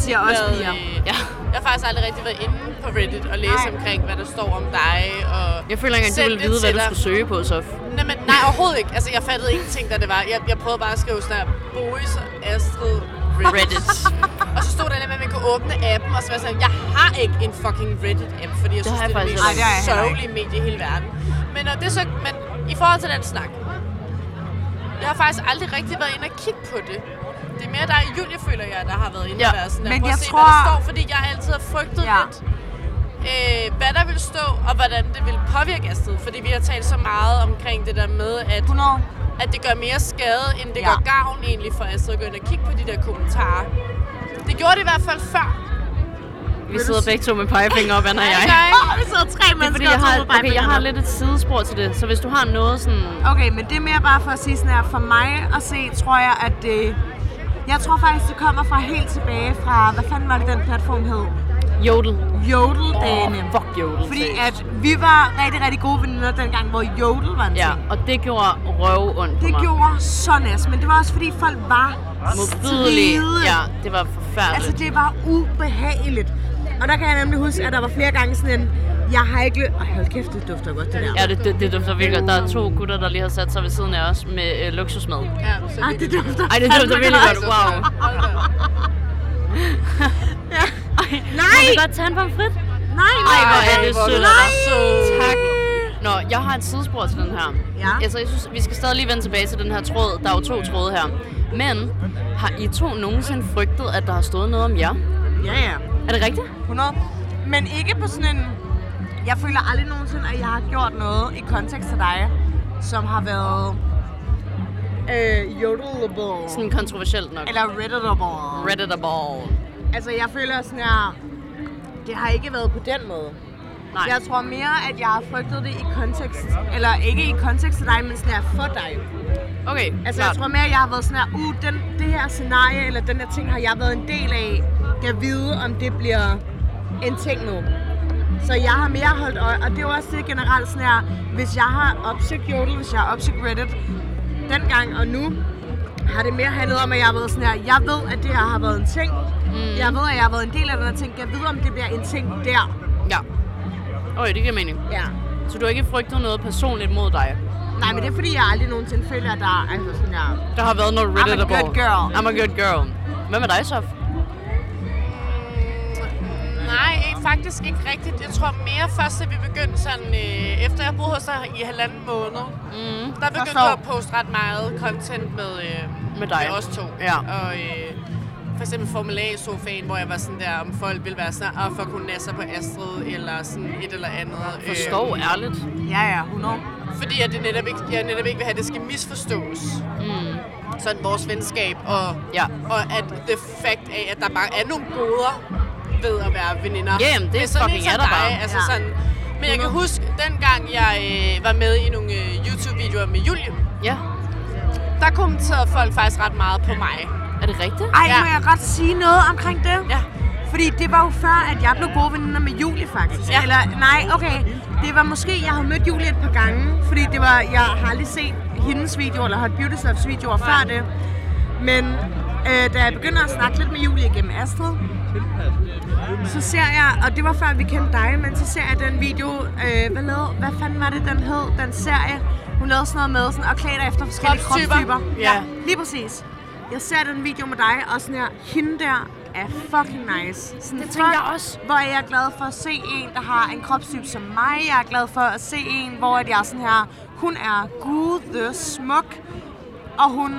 Jeg har faktisk aldrig rigtig været inde på Reddit og læse omkring, hvad der står om dig. Og jeg føler ikke engang, du ville vide, hvad du skulle søge på, Sof. Nej, overhovedet ikke. Altså, jeg fattede ingenting, da det var. Jeg prøvede bare at skrive sådan her, Boris og Astrid Reddit. Og så stod der lidt med, at man kunne åbne appen, og så var jeg sådan, jeg har ikke en fucking Reddit-app, fordi jeg synes, det er det mest sørgelige medie i hele verden. Men i forhold til den snak, jeg har faktisk aldrig rigtig været inde og kigge på det. Det er mere dig, Julie, føler jeg, der har været inde og været sådan der. Men jeg tror... hvad der står, fordi jeg altid har frygtet lidt, hvad der vil stå, og hvordan det vil påvirke Astrid. Fordi vi har talt så meget omkring det der med, at det gør mere skade, end det gør gavn egentlig for Astrid at gå ind og kigge på de der kommentarer. Det gjorde det i hvert fald før. Vi sidder begge to med pegefinger op, Anna og jeg. Vi sidder 3 mennesker og med pegefinger. Jeg har lidt et sidespor til det, så hvis du har noget sådan... Okay, men det er mere bare for at sige sådan her. For mig at se, tror jeg, at det... Jeg tror faktisk, det kommer fra helt tilbage fra... Hvad fanden var det, den platform hed? Jodel-dagene. Fuck Jodel. Fordi at vi var rigtig, rigtig gode veninder dengang, hvor Jodel var en ting. Ja, og det gjorde røv ondt på mig. Det gjorde så næst, men det var også fordi folk var modbydelige. Ja, det var forfærdeligt. Altså, det var ubehageligt. Og der kan jeg nemlig huske, at der var flere gange sådan en... Jeg har ikke... hold kæft, det dufter godt, det der. Ja, det dufter virkelig godt. Der er 2 gutter, der lige har sat sig ved siden af os med luksusmad. Ja, det dufter. Ej, det dufter virkelig godt. Wow. Nej! Må vi godt tage en pomfrit? Nej, hvor er det sødt. Tak. Nå, jeg har et sidespor til den her. Ja. Altså, jeg synes, vi skal stadig lige vende tilbage til den her tråd. Der er jo 2 tråde her. Men har I 2 nogensinde frygtet, at der har stået noget om jer? Ja. Er det rigtigt? 100. Men ikke på sådan en... Jeg føler aldrig nogensinde, at jeg har gjort noget i kontekst til dig, som har været jodelable. Sådan kontroversielt nok. Eller redditable. Altså, jeg føler sådan her... Det har ikke været på den måde. Nej. Jeg tror mere, at jeg har frygtet det i kontekst... Eller ikke i kontekst til dig, men sådan her for dig. Okay, altså, klart. jeg tror mere, at jeg har været sådan her... det her scenarie, eller den her ting, har jeg været en del af. Jeg vide, om det bliver en ting nu. Så jeg har mere holdt øje, og det er jo også det generelt sådan her, hvis jeg har opsøgt Jodel, hvis jeg har opsøgt Reddit, dengang og nu, har det mere handlet om, at jeg har været sådan her, jeg ved, at det her har været en ting. Jeg ved, at jeg har været en del af den her ting. Jeg ved, om det bliver en ting der. Ja. Okay, det giver mening. Ja. Så du har ikke frygtet noget personligt mod dig? Nej, men det er fordi, jeg aldrig nogensinde føler, at der er altså sådan her... Der har været noget redditable. I'm a good girl. I'm a good girl. Hvad med dig, Sof? Nej, faktisk ikke rigtigt. Jeg tror mere først, at vi begyndte sådan, efter jeg boede hos dig i 1,5 måned. Der begyndte jeg at poste ret meget content med dig. Med os to. Ja. Og for eksempel Formel A-sofaen, hvor jeg var sådan der, om folk ville være sådan, for at kunne næsse på Astrid, eller sådan et eller andet. Forstår ærligt. Ja, 100. Fordi at jeg netop ikke vil have, at det skal misforstås. Sådan vores venskab, og at det fact af, at der bare er nogle goder ved at være veninder. Jamen, det er fucking er der bare. Altså sådan, men jeg kan huske, dengang jeg var med i nogle YouTube-videoer med Julie, der kommenterede folk faktisk ret meget på mig. Er det rigtigt? Ej, må jeg godt sige noget omkring det? Ja. Fordi det var jo før, at jeg blev gode veninder med Julie, faktisk. Ja. Eller, nej, okay. Det var måske, jeg havde mødt Julie et par gange, fordi det var, jeg har aldrig set hendes videoer, eller Hot Beauty Stuffs videoer før det. Men da jeg begynder at snakke lidt med Julie igennem Astrid, så ser jeg, og det var før vi kendte dig, men så ser jeg den video, hvad fanden var det, den hed, den serie? Hun lavede sådan noget med sådan, at klæde dig efter forskellige kropstyper. Ja, lige præcis. Jeg ser den video med dig, og sådan her, hende der er fucking nice. Sådan det tænker jeg også. Hvor jeg er glad for at se en, der har en kropstype som mig. Jeg er glad for at se en, hvor jeg er sådan her, hun er smuk, og hun...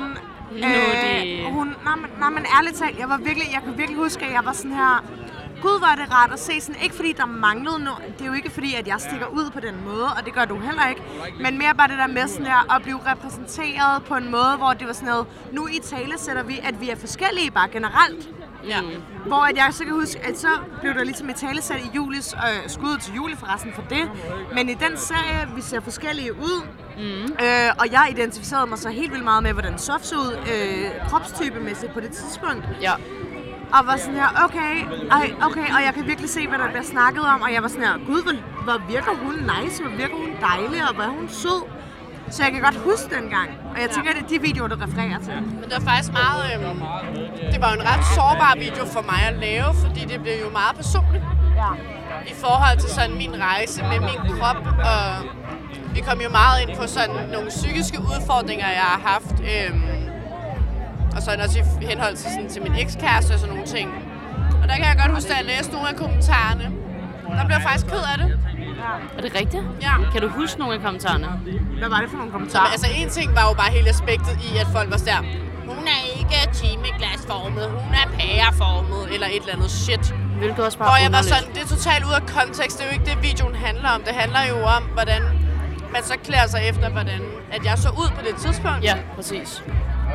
Nej, men ærligt talt, jeg kan virkelig huske, at jeg var sådan her... Gud, var det rart at se sådan, ikke fordi der manglede noget, det er jo ikke fordi, at jeg stikker ud på den måde, og det gør du heller ikke, men mere bare det der med sådan her, at blive repræsenteret på en måde, hvor det var sådan noget, nu i tale sætter vi, at vi er forskellige bare generelt. Ja. Hvor at jeg så kan huske, at så blev der ligesom i tale sat i Julies, skuddet til Julie forresten for det, men i den serie, vi ser forskellige ud, og jeg identificerede mig så helt vildt meget med, hvordan Sof så ud, kropstypemæssigt på det tidspunkt. Ja. Og var sådan her, okay, og jeg kan virkelig se, hvad der bliver snakket om, og jeg var sådan her, gud, hvor virker hun nice, hvor virker hun dejlig, og hvor er hun sød. Så jeg kan godt huske dengang, og jeg tænker, det er de videoer, du refererer til. Men det var faktisk meget, det var jo en ret sårbar video for mig at lave, fordi det blev jo meget personligt. Ja. I forhold til sådan min rejse med min krop, og vi kom jo meget ind på sådan nogle psykiske udfordringer, jeg har haft. Og så også i henhold til min ekskæreste og sådan nogle ting. Og der kan jeg godt huske, at jeg læste nogle af kommentarerne. Der blev jeg faktisk ked af det. Ja. Er det rigtigt? Ja. Kan du huske nogle af kommentarerne? Hvad var det for nogle kommentarer? Altså en ting var jo bare hele aspektet i, at folk var der. Hun er ikke timeglasformet, hun er pæreformet, eller et eller andet shit. Hvilket også bare hvor jeg var sådan, det er totalt ud af kontekst. Det er jo ikke det, videoen handler om. Det handler jo om, hvordan man så klæder sig efter, hvordan at jeg så ud på det tidspunkt. Ja, præcis.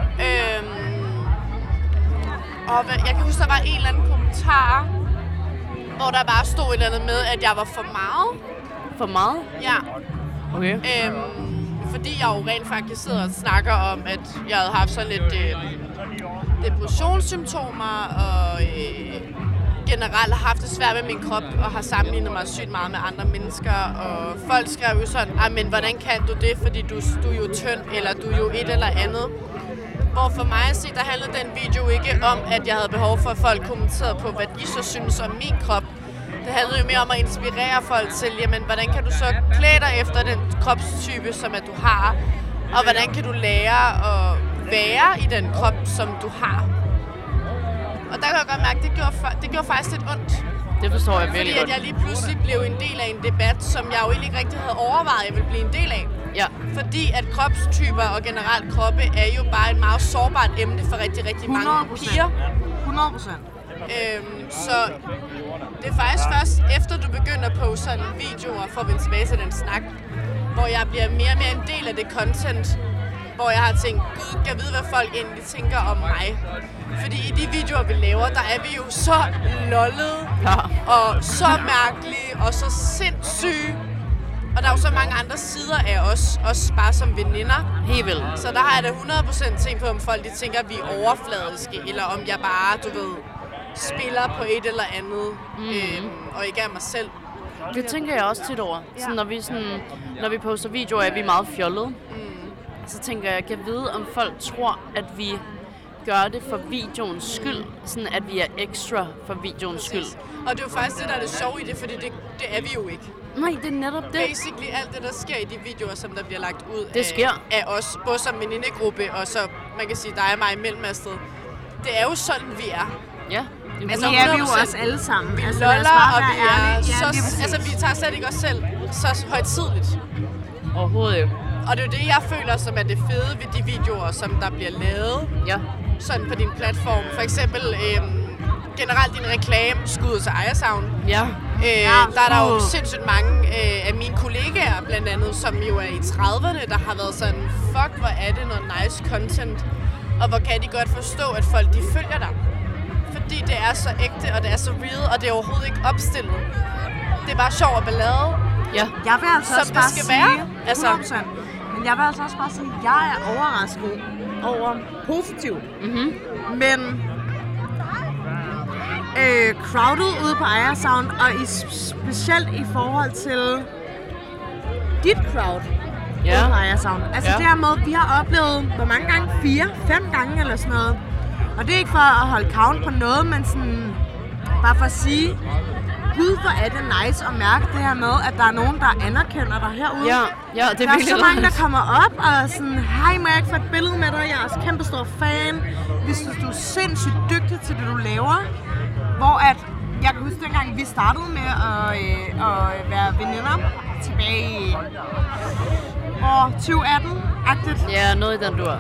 Og jeg kan huske, der var en eller anden kommentar, hvor der bare stod et eller andet med, at jeg var for meget. For meget? Ja. Okay. Fordi jeg jo rent faktisk sidder og snakker om, at jeg havde haft sådan lidt depressionssymptomer, og generelt har haft det svært med min krop, og har sammenlignet mig sygt meget med andre mennesker. Og folk skrev jo sådan, men hvordan kan du det, fordi du er jo tynd, eller du er jo et eller andet. Hvor for mig at se, der handlede den video ikke om, at jeg havde behov for, at folk kommenterede på, hvad de så synes om min krop. Det handlede jo mere om at inspirere folk til, jamen, hvordan kan du så klæde dig efter den kropstype, som at du har, og hvordan kan du lære at være i den krop, som du har. Og der kan jeg godt mærke, at det gjorde faktisk lidt ondt. Det forstår jeg virkelig godt. Fordi at jeg lige pludselig blev en del af en debat, som jeg jo ikke rigtig havde overvejet, at jeg ville blive en del af. Ja. Fordi at kropstyper og generelt kroppe er jo bare et meget sårbart emne for rigtig, rigtig mange piger. 100%. Så det er faktisk først efter du begynder på sådan videoer, for at vende tilbage til den snak, hvor jeg bliver mere og mere en del af det content, hvor jeg har tænkt, gud, jeg ved, hvad folk egentlig tænker om mig. Fordi i de videoer, vi laver, der er vi jo så lollede, og så mærkelige, og så sindssyge. Og der er jo så mange andre sider af os, også bare som veninder. Helt vildt. Så der har jeg da 100% tænkt på, om folk de tænker, at vi er overfladiske, eller om jeg bare, du ved, spiller på et eller andet, og ikke er mig selv. Det tænker jeg også tit over. Så når vi poster videoer, er vi meget fjollede. Så tænker jeg, kan vide, om folk tror, at vi gør det for videoens skyld, sådan at vi er ekstra for videoens skyld. Og det er jo faktisk det, der er det sjove i det, fordi det er vi jo ikke. Nej, det er netop det. Basically alt det, der sker i de videoer, som der bliver lagt ud af os, både som venindegruppe, og så, man kan sige, dig og mig imellem afsted. Det er jo sådan, vi er. Ja. Altså, det er vi jo også alle sammen. Vi loller, og vi tager slet ikke os selv så højtidligt. Overhovedet ikke. Og det er jo det, jeg føler, som er det fede ved de videoer, som der bliver lavet sådan på din platform. For eksempel generelt din reklame, skud til Ejersound. Ja. Der er der jo sindssygt mange af mine kollegaer, blandt andet, som jo er i 30'erne, der har været sådan, fuck, hvor er det noget nice content, og hvor kan de godt forstå, at folk de følger dig. Fordi det er så ægte, og det er så real, og det er overhovedet ikke opstillet. Det er bare sjov og ballade. Ja. Jeg vil altså også bare sige, altså, men jeg vil altså også bare sige, at jeg er overrasket over positivt. Mm-hmm. Men crowded ude på Ejersound, og specielt i forhold til dit crowd ude på Ejersound. Altså det her med, vi har oplevet, hvor mange gange? 4-5 gange eller sådan noget. Og det er ikke for at holde count på noget, men sådan bare for at sige, gud, hvor er det nice at mærke det her med, at der er nogen, der anerkender dig herude. Ja, det er der er så mange, der kommer op og sådan, hej, må jeg ikke få et billede med dig? Jeg er også kæmpe stor fan. Vi synes, du er sindssygt dygtig til det, du laver. Hvor at, jeg kan huske dengang, vi startede med at være veninder tilbage i år 2018-agtigt. Ja, noget i den dur.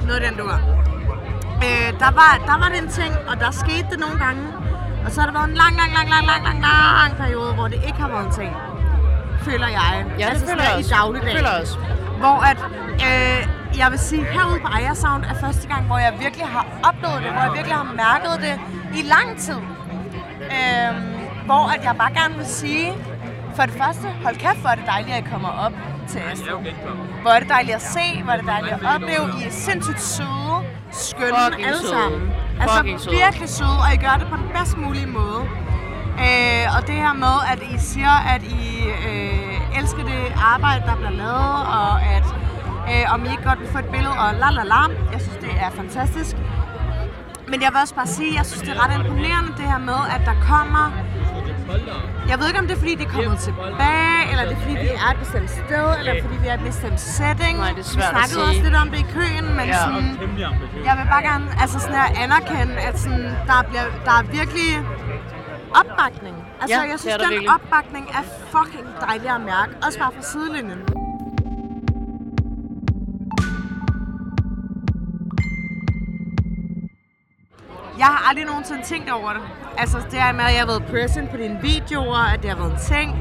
Der var det en ting, og der skete det nogle gange. Og så har der været en lang periode, hvor det ikke har været en ting. Føler jeg. Ja, det føler jeg også. I dagligdagen. Det føler jeg også. Hvor at, jeg vil sige, herude på Ejersound er første gang, hvor jeg virkelig har oplevet det, hvor jeg virkelig har mærket det i lang tid. Hvor at jeg bare gerne vil sige, for det første, hold kæft, hvor er det dejligt, at I kommer op til Astrid. Hvor er det dejligt at se, hvor er det dejligt at opleve. I er sindssygt søde, skønne alle sammen. Altså virkelig søde, og I gør det på den bedst mulige måde. Og det her med, at I siger, at I elsker det arbejde, der bliver lavet, og at om I ikke godt vil få et billede, og jeg synes, det er fantastisk. Men jeg vil også bare sige, at jeg synes, det er ret imponerende det her med, at der kommer... Jeg ved ikke, om det er, fordi de er kommet tilbage, eller det er, fordi vi er et bestemt sted, eller fordi vi er et bestemt setting. Nej, det er svært vi snakkede også lidt om det i køen, men sådan, jeg vil bare gerne sådan her anerkende, at sådan, der er virkelig opbakning. Altså, jeg synes, den opbakning er fucking dejlig at mærke. Også bare fra sidelinjen. Jeg har aldrig nogensinde tænkt over det. Altså det her med, at jeg har været present på dine videoer, at det har været en ting,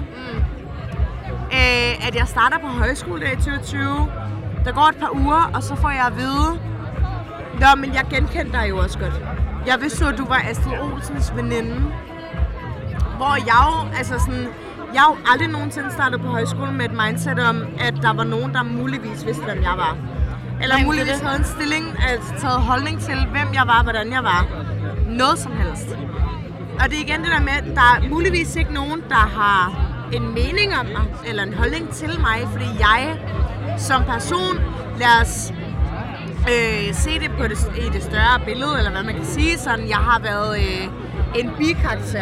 at jeg starter på højskole i 2020. Der går et par uger, og så får jeg at vide, men jeg genkendte dig jo også godt. Jeg vidste jo, at du var Astrid Olsens veninde. Hvor jeg jo aldrig nogensinde startede på højskole med et mindset om, at der var nogen, der muligvis vidste, hvem jeg var. Eller muligvis havde en stilling, taget holdning til, hvem jeg var, hvordan jeg var. Noget som helst. Og det er igen det der med, at der er muligvis ikke nogen, der har en mening om mig, eller en holdning til mig, fordi jeg som person, lad os se det i det større billede, eller hvad man kan sige, sådan, jeg har været en bikarakter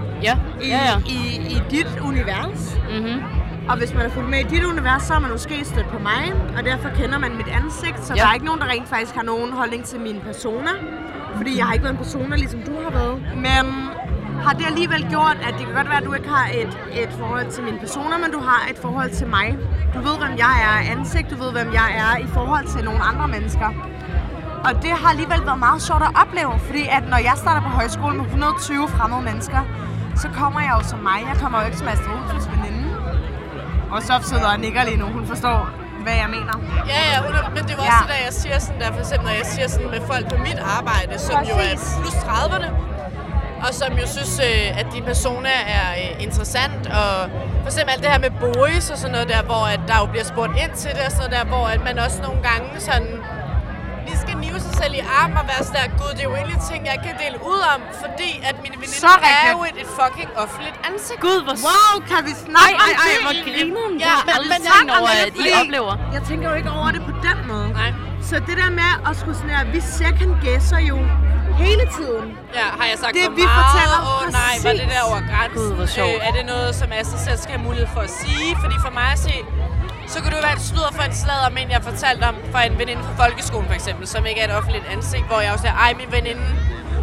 i dit univers. Mm-hmm. Og hvis man er fulgt med i dit univers, så er man måske stødt på mig, og derfor kender man mit ansigt, så der er ikke nogen, der rent faktisk har nogen holdning til mine persona. Fordi jeg har ikke været en persona, ligesom du har været. Men har det alligevel gjort, at det kan godt være, at du ikke har et forhold til mine persona, men du har et forhold til mig. Du ved, hvem jeg er af ansigt, du ved, hvem jeg er i forhold til nogle andre mennesker. Og det har alligevel været meget sjovt at opleve, fordi at når jeg starter på højskole med 120 fremmede mennesker, så kommer jeg jo som mig. Jeg kommer jo ikke som Astrid Olsens veninde. Og så sidder og nikker lige nu. Hun forstår, hvad jeg mener. Ja, men det er også det, der jeg siger sådan der, for eksempel når jeg siger sådan med folk på mit arbejde, som jo er plus 30'erne, og som jo synes, at din persona er interessant, og for eksempel alt det her med boys og sådan noget der, hvor at der jo bliver spurgt ind til det og sådan noget der, hvor at man også nogle gange sådan lige skal nive sig selv i armen og være sådan der, gud, det er jo egentlig ting, jeg kan dele ud om, fordi at mine veninder er jo et fucking offentligt ansigt. Gud, hvor kan vi snakke om det? Hvor griner ja, men tænkt over, at I oplever. Jeg tænker jo ikke over det på den måde. Nej. Så det der med at skulle sådan her, vi second guesser jo hele tiden. Ja, har jeg sagt det, for vi meget? Nej, var det der over grænsen? Er det noget, som Astrid selv skal have mulighed for at sige? Fordi for mig at se, så kunne det være et sludder for en sladder, men jeg fortalte om fra en veninde fra folkeskolen for eksempel, som ikke er et offentligt ansigt, hvor jeg også siger, min veninde,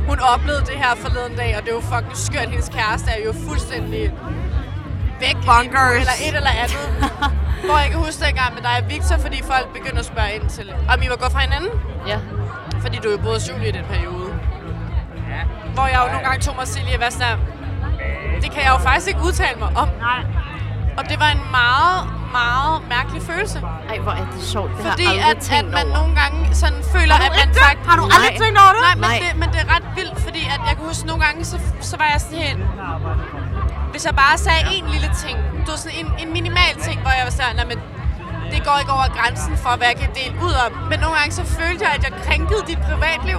hun oplevede det her forleden dag, og det var fucking skørt. Hendes kæreste er jo fuldstændig væk eller et eller andet. Hvor jeg kan huske dengang med dig og Victor, fordi folk begynder at spørge ind til, om I var gået fra hinanden? Ja. Fordi du jo boede 7 i den periode. Hvor jeg jo nogle gange tog mig selv i at være sådan, det kan jeg jo faktisk ikke udtale mig om. Nej. Og det var en meget, meget mærkelig følelse. Ej, hvor er det sjovt. Det fordi har at man nogle gange sådan føler, at man faktisk... Har du aldrig tænkt over det? Nej, men det er ret vildt, fordi at jeg kan huske nogle gange, så var jeg sådan helt... Hvis jeg bare sagde en lille ting, det var sådan en minimal ting, hvor jeg var sådan, men det går ikke over grænsen for, hvad jeg kan dele ud om. Men nogle gange så følte jeg, at jeg krænkede dit privatliv.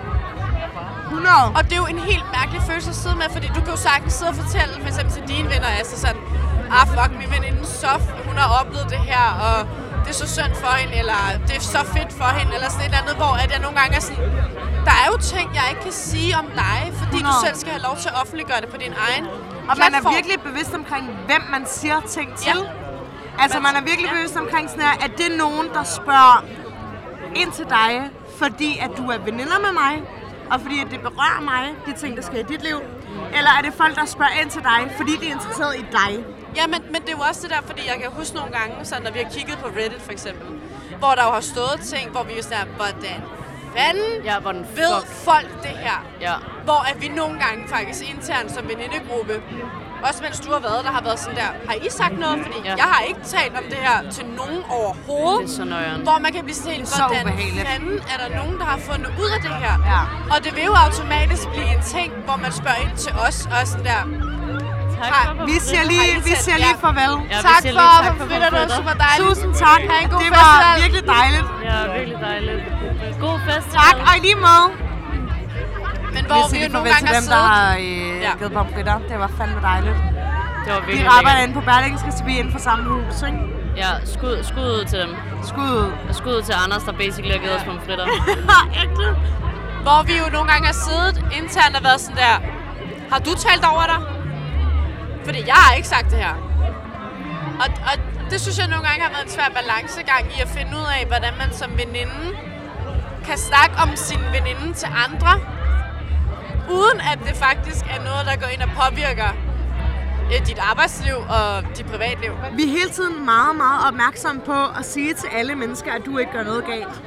100. Og det er jo en helt mærkelig følelse at sidde med, fordi du kan jo sagtens sidde og fortælle, for eksempel til dine venner, altså sådan, fuck, min veninde Sof, hun har oplevet det her, og det er så synd for hende, eller det er så fedt for hende, eller sådan et eller andet, hvor at jeg nogle gange er sådan, der er jo ting, jeg ikke kan sige om dig, fordi 100. Du selv skal have lov til at offentliggøre det på din egen og man er virkelig bevidst omkring, hvem man siger ting til. Ja. Altså, man er virkelig bevidst omkring sådan her, at det er nogen, der spørger ind til dig, fordi at du er veninder med mig, og fordi at det berører mig, de ting, der sker i dit liv. Eller er det folk, der spørger ind til dig, fordi de er interesseret i dig? Ja, men det er jo også det der, fordi jeg kan huske nogle gange, sådan, når vi har kigget på Reddit for eksempel, hvor der jo har stået ting, hvor vi er sådan, hvordan fanden ved folk det her? Ja. Hvor at vi nogle gange faktisk internt som venindegruppe, også mens du har været, der har været sådan der, har I sagt noget? Fordi jeg har ikke talt om det her til nogen overhovedet. Det er så nøjeren. Hvor man kan blive sådan helt, hvordan fanden er der nogen, der har fundet ud af det her? Ja. Og det vil jo automatisk blive en ting, hvor man spørger ind til os, og sådan der, vi siger lige farvel. Ja, tak for pomfritter, det var super dejligt. Tusind tak. Det var virkelig dejligt. Ja, virkelig dejligt. God festival. Tak, og i lige måde. Men hvor vi jo nogle gange har siddet... dem, der har givet pomfritter. Det var fandme dejligt. Det var virkelig de arbejder inde på Berlingske, skal vi inden for samme hus, ikke? Ja, skud ud til dem. Skud ud til Anders, der basically har givet os pomfritter. Ægte. Hvor vi jo nogle gange har siddet internt og været sådan der, har du talt over dig? Fordi jeg har ikke sagt det her. Og det synes jeg nogle gange har været en svær balancegang i at finde ud af, hvordan man som veninde kan snakke om sin veninde til andre, uden at det faktisk er noget, der går ind og påvirker dit arbejdsliv og dit privatliv. Vi er hele tiden meget, meget opmærksomme på at sige til alle mennesker, at du ikke gør noget galt.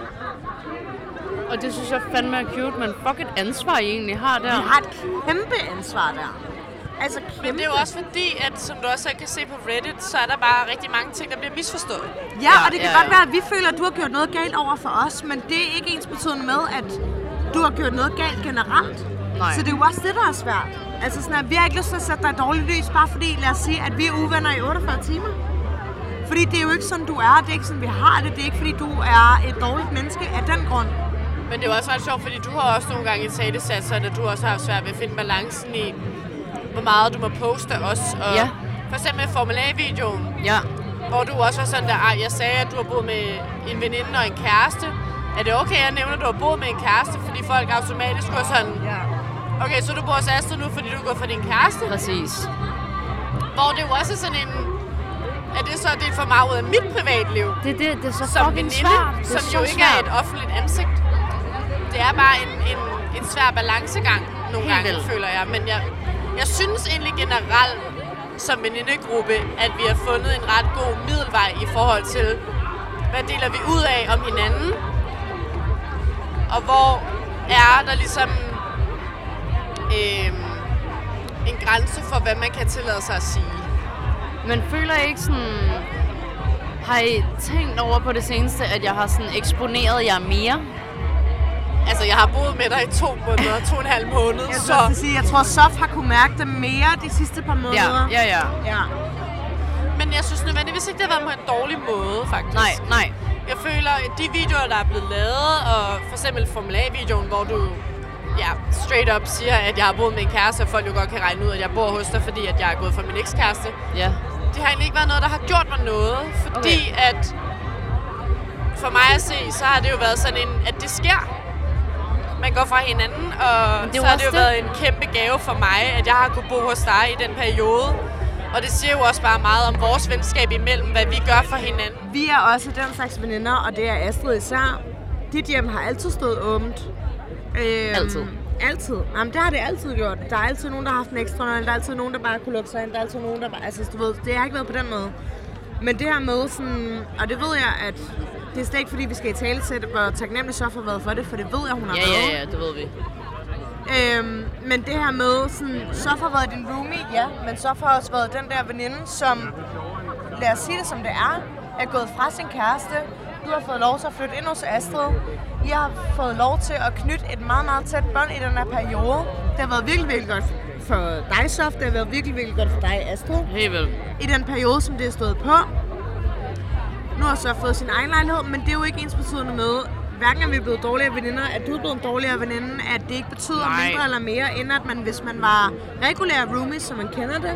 Og det synes jeg fandme er cute, men fuck et ansvar, I egentlig har der. Vi har et kæmpe ansvar der. Altså kæmpe. Men det er jo også fordi, at som du også kan se på Reddit, så er der bare rigtig mange ting, der bliver misforstået. Ja, og det kan godt være, at vi føler, at du har gjort noget galt over for os, men det er ikke ensbetydende med, at du har gjort noget galt generelt. Nej. Så det er jo også det, der er svært. Altså sådan, at vi har ikke lyst til at sætte dig i dårligt lys, bare fordi, lad os sige, at vi er uvenner i 48 timer. Fordi det er jo ikke sådan, du er. Det er ikke sådan, vi har det. Det er ikke, fordi du er et dårligt menneske af den grund. Men det er jo også ret sjovt, fordi du har også nogle gange i talesat, så at du også har svært ved at finde balancen i, hvor meget du må poste også. Og for eksempel Formel A-videoen, hvor du også var sådan der, jeg sagde, at du har boet med en veninde og en kæreste. Er det okay, at jeg nævner, at du har boet med en kæreste, fordi folk automatisk går sådan, okay, så du bor hos Astrid nu, fordi du går for din kæreste? Præcis. Hvor det jo også er sådan en, at det så er det for meget ud af mit privatliv. Det er så som veninde, som jo ikke er et offentligt ansigt. Det er bare en svær balancegang nogle gange, føler jeg. Men jeg synes egentlig generelt som venindegruppe, at vi har fundet en ret god middelvej i forhold til, hvad deler vi ud af om hinanden, og hvor er der ligesom en grænse for, hvad man kan tillade sig at sige. Men føler I ikke sådan... Har I tænkt over på det seneste, at jeg har sådan eksponeret jer mere? Altså, jeg har boet med dig i 2 måneder, 2,5 måneder, jeg tror, Sof har kunne mærke det mere de sidste par måneder. Ja. Men jeg synes nødvendigvis ikke, det har været på en dårlig måde, faktisk. Nej. Jeg føler, at de videoer, der er blevet lavet, og for eksempel Formel A-videoen, hvor du straight up siger, at jeg har boet med en kæreste, og folk jo godt kan regne ud, at jeg bor hos dig, fordi at jeg er gået fra min ekskæreste. Ja. Det har egentlig ikke været noget, der har gjort mig noget, fordi at for mig at se, så har det jo været sådan at det sker. Man går fra hinanden, og så har det jo været en kæmpe gave for mig, at jeg har kunnet bo hos dig i den periode. Og det siger jo også bare meget om vores venskab imellem, hvad vi gør for hinanden. Vi er også den slags veninder, og det er Astrid især. Dit hjem har altid stået åbent. Altid. Altid. Jamen, det har det altid gjort. Der er altid nogen, der har haft en ekstra nøgle. Der er altid nogen, der bare kunne lukke sig ind. Der er altid nogen, der bare... Altså, du ved, det har ikke været på den måde. Men det her med sådan... Og det ved jeg, at... Det er slet ikke, fordi vi skal i talesætte, hvor taknemmelig Sofia har været for det, for det ved jeg, hun har været. Ja, det ved vi. Men det her med sådan... Sofia har været din roomie, ja. Men Sofia har også været den der veninde, som... Lad os sige det, som det er gået fra sin kæreste. Du har fået lov til at flytte ind hos Astrid. Jeg har fået lov til at knytte et meget, meget tæt bånd i den her periode. Det har været virkelig, virkelig godt for dig, Sof. Det har været virkelig, virkelig godt for dig, Astrid. Helt vildt. I den periode, som det er stået på. Nu har så fået sin egen lejlighed, men det er jo ikke ensbetydende med, hverken at vi er blevet dårligere veninder, at du er blevet en dårligere veninde, at det ikke betyder mindre eller mere, end at man, hvis man var regulær roomie, som man kender det.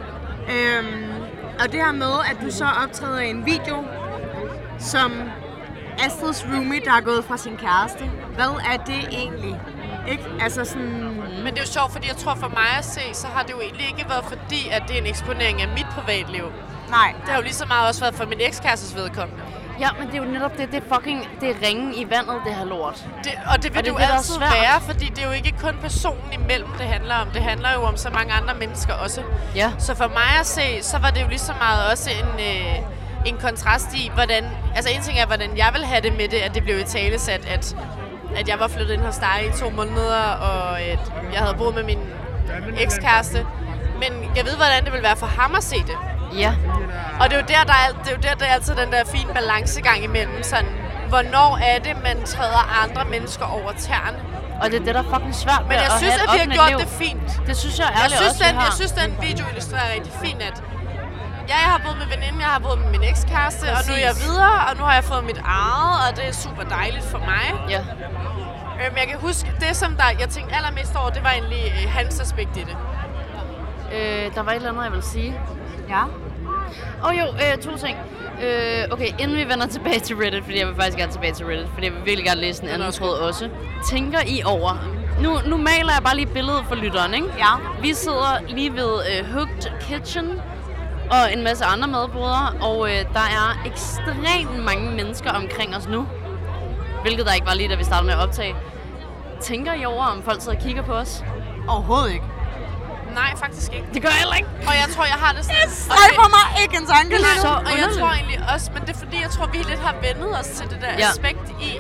Og det her med, at du så optræder i en video, som Astrids roomie, der er gået fra sin kæreste. Hvad er det egentlig? Ikke? Altså sådan... Men det er jo sjovt, fordi jeg tror for mig at se, så har det jo egentlig ikke været fordi, at det er en eksponering af mit privatliv. Nej. Det har jo lige så meget også været for min ekskærestes vedkommende. Ja, men det er jo netop det er ringen i vandet, det her lort. Og det vil det jo altid være, fordi det er jo ikke kun personen imellem, det handler om. Det handler jo om så mange andre mennesker også. Ja. Så for mig at se, så var det jo lige så meget også en kontrast i, hvordan... Altså en ting er, hvordan jeg vil have det med det, at det blev italesat, at jeg var flyttet ind hos dig i 2 måneder, og at jeg havde boet med min ekskæreste. Men jeg ved, hvordan det vil være for ham at se det. Ja. Og det er jo der, der er altid den der fine balancegang imellem, sådan, hvornår er det, man træder andre mennesker over tæerne. Og det er det, der er fucking svært. Men jeg synes, at vi har gjort det fint. Det synes jeg ærligt også, Jeg synes, den video illustrerer rigtig fint, at jeg har boet med veninden, jeg har boet med min ekskæreste, og nu er jeg videre, og nu har jeg fået mit eget, og det er super dejligt for mig. Ja. Men jeg kan huske, det som jeg tænkte allermest over, det var egentlig hans aspekt i det. Der var et eller andet, jeg ville sige. Ja. Jo, 2 ting. Okay, inden vi vender tilbage til Reddit, fordi jeg vil faktisk gerne tilbage til Reddit, fordi jeg vil virkelig gerne læse en anden tråd også. Tænker I over... Nu maler jeg bare lige billedet for lytteren, ikke? Ja. Vi sidder lige ved Hooked Kitchen og en masse andre madbrødre, og der er ekstremt mange mennesker omkring os nu. Hvilket der ikke var lige, da vi startede med at optage. Tænker I over, om folk sidder og kigger på os? Overhovedet ikke. Nej, faktisk ikke. Det gør jeg heller ikke. Og jeg tror, jeg har det sådan... Det stræber mig ikke en tanke lige nu. Og jeg tror egentlig også, men det er fordi, jeg tror, vi lidt har vendet os til det der aspekt i,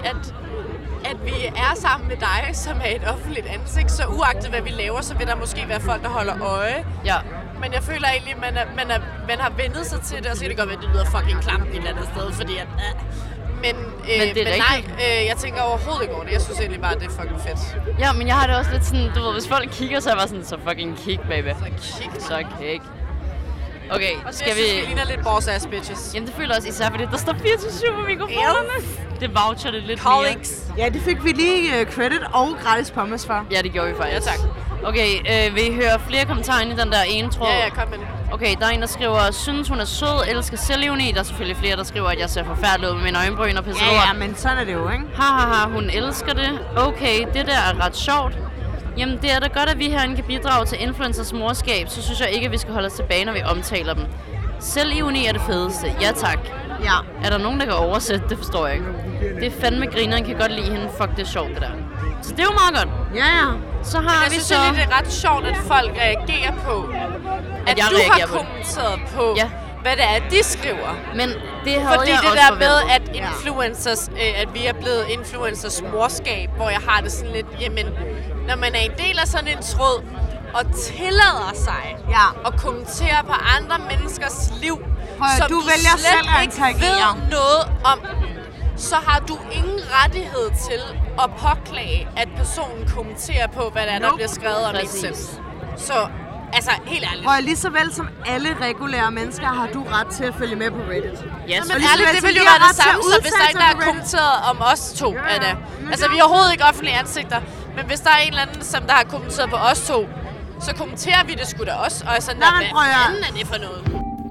at vi er sammen med dig, som er et offentligt ansigt. Så uagtet hvad vi laver, så vil der måske være folk, der holder øje. Ja. Men jeg føler egentlig, at man har vendet sig til det, og så kan det godt være, at det lyder fucking klamt et eller andet sted, fordi at... Men nej, jeg tænker overhovedet ikke over det. Jeg synes egentlig bare, at det er fucking fedt. Ja, men jeg har det også lidt sådan, du ved, hvis folk kigger, så er jeg bare sådan, så fucking kig, baby. Så kig. Okay, skal vi... Vi ligner lidt boss ass bitches. Jamen det føler også især, fordi der står 24/7 på mikrofonerne. Det voucher det lidt Colleagues. mere. Ja, det fik vi lige credit og gratis pommes for. Ja, det gjorde vi faktisk. Ja, tak. Okay, vil I høre flere kommentarer ind i den der ene tråd? Ja, kom med det. Okay, der er en, der skriver, synes hun er sød, elsker selvironi. Der er selvfølgelig flere, der skriver, at jeg ser forfærdelig ud med mine øjenbryn og pisser. Ja, men sådan er det jo, ikke? Hun elsker det. Okay, det der er ret sjovt. Jamen, det er da godt, at vi herinde kan bidrage til influencers morskab, så synes jeg ikke, at vi skal holde os tilbage, når vi omtaler dem. Selvironi er det fedeste. Ja, tak. Ja. Er der nogen, der kan oversætte? Det forstår jeg ikke. Det er fandme grineren, kan godt lide hende. Fuck, det er sjovt, det der. Så det er jo meget godt. Ja, ja. Så har jeg synes det er ret sjovt, at folk reagerer på, at du har kommenteret på, hvad det er, de skriver. Men det havde fordi jeg det også der med, at influencers, at vi er blevet influencers morskab, hvor jeg har det sådan lidt, jamen, når man er en del af sådan en tråd, og tillader sig at kommentere på andre menneskers liv, som du slet ikke ved noget om, så har du ingen rettighed til at påklage, at personen kommenterer på, hvad der bliver skrevet om en selv. Så, altså, helt ærligt. Og lige så vel som alle regulære mennesker, har du ret til at følge med på Reddit. Yes. Men ærligt, det vil jo være det samme, så hvis der ikke er kommenteret om os to, er det. Altså, vi er overhovedet ikke offentlige ansigter, men hvis der er en eller anden, som der har kommenteret på os to, så kommenterer vi det sgu da også. Og sådan, hvad fanden er det for noget?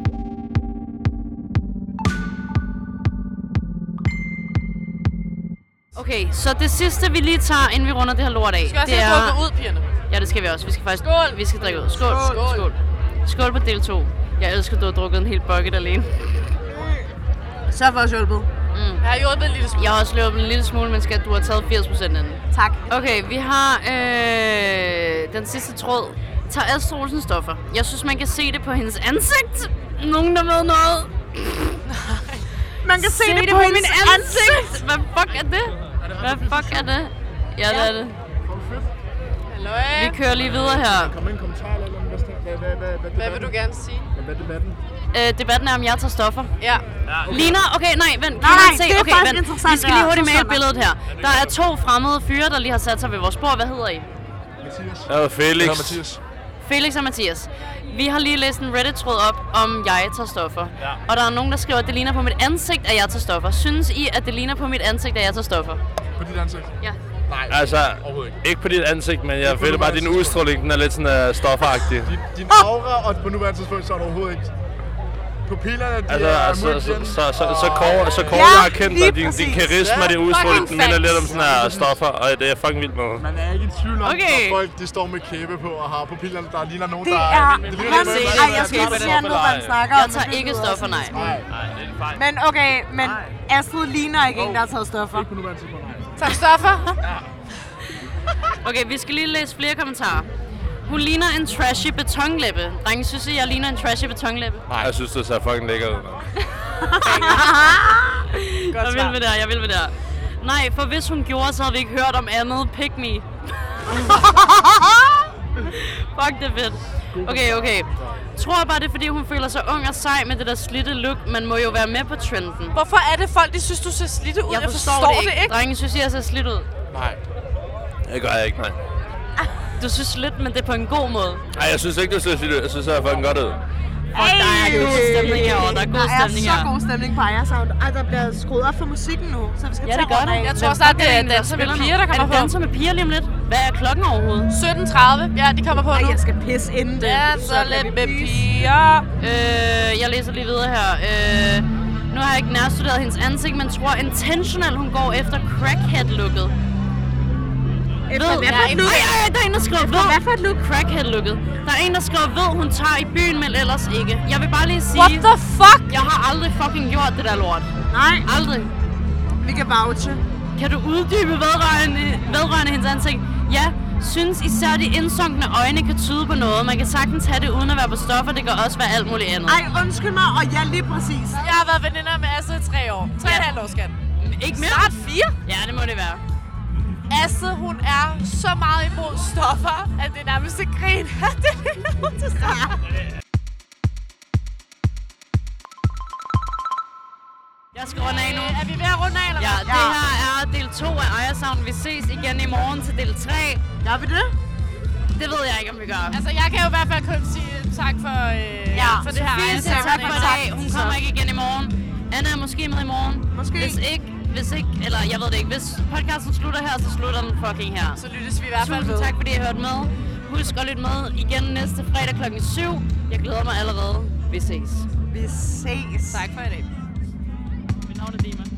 Okay, så det sidste, vi lige tager, inden vi runder det her lort af, skal det er... Skal ud, pigerne? Ja, det skal vi også. Vi skal faktisk... Skål! Vi skal drikke ud. Skål! Skål! Skål! Skål på del 2. Jeg elsker, at du har drukket en hel bucket alene. Så for at hjælpe. Jeg har hjulpet en lille smule. Jeg har også løbet en lille smule, men du har taget 80% af den. Tak. Okay, vi har den sidste tråd. Tager Astrid Olsen stoffer? Jeg synes, man kan se det på hendes ansigt. Nogen, der ved noget? Man kan se det på hendes ansigt. Hvad fuck er det? Ja, det er det. Vi kører lige videre her. Kom med en kommentar eller noget. Hvad vil du gerne sige? Hvad er debatten? Debatten er, om jeg tager stoffer. Ja. Lina, okay, nej, vent. Nej, det er faktisk interessant. Vi skal lige hurtigt male billedet her. Der er 2 fremmede fyre, der lige har sat sig ved vores bord. Hvad hedder I? Mathias. Jeg hedder Felix. Mathias. Felix og Mathias. Vi har lige læst en Reddit-tråd op, om jeg tager stoffer. Ja. Og der er nogen, der skriver, at det ligner på mit ansigt, at jeg tager stoffer. Synes I, at det ligner på mit ansigt, at jeg tager stoffer? På dit ansigt? Ja. Nej, altså, ikke på dit ansigt, men jeg føler bare, at din udstråling, den er lidt sådan stofferagtig. Din aura, og på nuværende tidspunkt, så er du overhovedet ikke. Pupillerne, de så Kåre, jeg har kendt dig, din karisma, din udstråling, den minder lidt om sådan her stoffer, og det er fucking vildt med. Man er ikke i tvivl om, at folk de står med kæbe på og har pupillerne, der ligner nogen, der jeg skal ikke sige noget, hvad han snakker om. Jeg tager ikke stoffer, nej. Men okay, men Astrid ligner ikke en, der har taget stoffer. Ikke på nuværende tidspunkt, nej. Tak stoffer? Okay, vi skal lige læse flere kommentarer. Hun ligner en trashy betonlæppe. Drenge, synes I, jeg ligner en trashy betonlæppe? Nej, jeg synes, det ser fucking lækker ud. Jeg vil ved det. Nej, for hvis hun gjorde, så havde vi ikke hørt om andet. Pick me. Fuck, det er fedt. Okay. Tror bare, det er, fordi hun føler sig ung og sej med det der slidte look. Man må jo være med på trenden. Hvorfor er det folk, de synes, du ser slidt ud? Jeg forstår det ikke. Drenge, synes jeg ser slidt ud? Nej. Det gør jeg ikke, nej. Du synes lidt, men det er på en god måde. Nej, jeg synes ikke, du ser slidt ud. Jeg synes, det er fucking godt ud. Og der er god stemning herovre. Der er god stemning her. Der er så god stemning på Aya Sound. Der bliver skruet op for musikken nu, så vi skal tage rundt af. Jeg tror snart, det er danser med piger, der kommer på. Er det danser med piger lige om lidt? Hvad er klokken overhovedet? 17:30. Ja, de kommer på nu. Jeg skal pisse inden det. Danser lidt med piger. Jeg læser lige videre her. Nu har jeg ikke nærstuderet hendes ansigt, men tror intentional, hun går efter crackhead-looket. Der er en, der skriver, hvad for et look? Crackhead-looket. Der er en, der skriver, ved hun tager i byen, men ellers ikke. Jeg vil bare lige sige... What the fuck? Jeg har aldrig fucking gjort det der lort. Nej. Aldrig. Vi kan vouche. Kan du uddybe vedrørende hendes ansigt? Ja, synes især de indsunkne øjne kan tyde på noget. Man kan sagtens have det uden at være på stoffer. Det kan også være alt muligt andet. Ej, undskyld mig, og ja, lige præcis. Jeg har været veninder med Astrid i 3 år. 3,5 år, skat. Ikke mere? Snart 4? Ja, det må det være. Astrid, hun er så meget imod stoffer, at det er nærmest et grin. Det er hun til stoffer. Jeg skal runde af nu. Er vi ved at runde af, eller hvad? Ja, det her er del 2 af Aya Sound. Vi ses igen i morgen til del 3. Gør vi det? Det ved jeg ikke, om vi gør. Altså, jeg kan jo i hvert fald kun sige tak for, for det her Aya Sound. Tak for i dag. Hun kommer ikke igen i morgen. Anna er måske med i morgen. Måske. Hvis ikke, eller jeg ved det ikke. Hvis podcasten slutter her, så slutter den fucking her. Så lyttes vi i hvert fald Tusind tak, fordi I hørte med. Husk at lytte med igen næste fredag klokken 7. Jeg glæder mig allerede. Vi ses. Vi ses. Tak for i dag. Mit navn er Dima.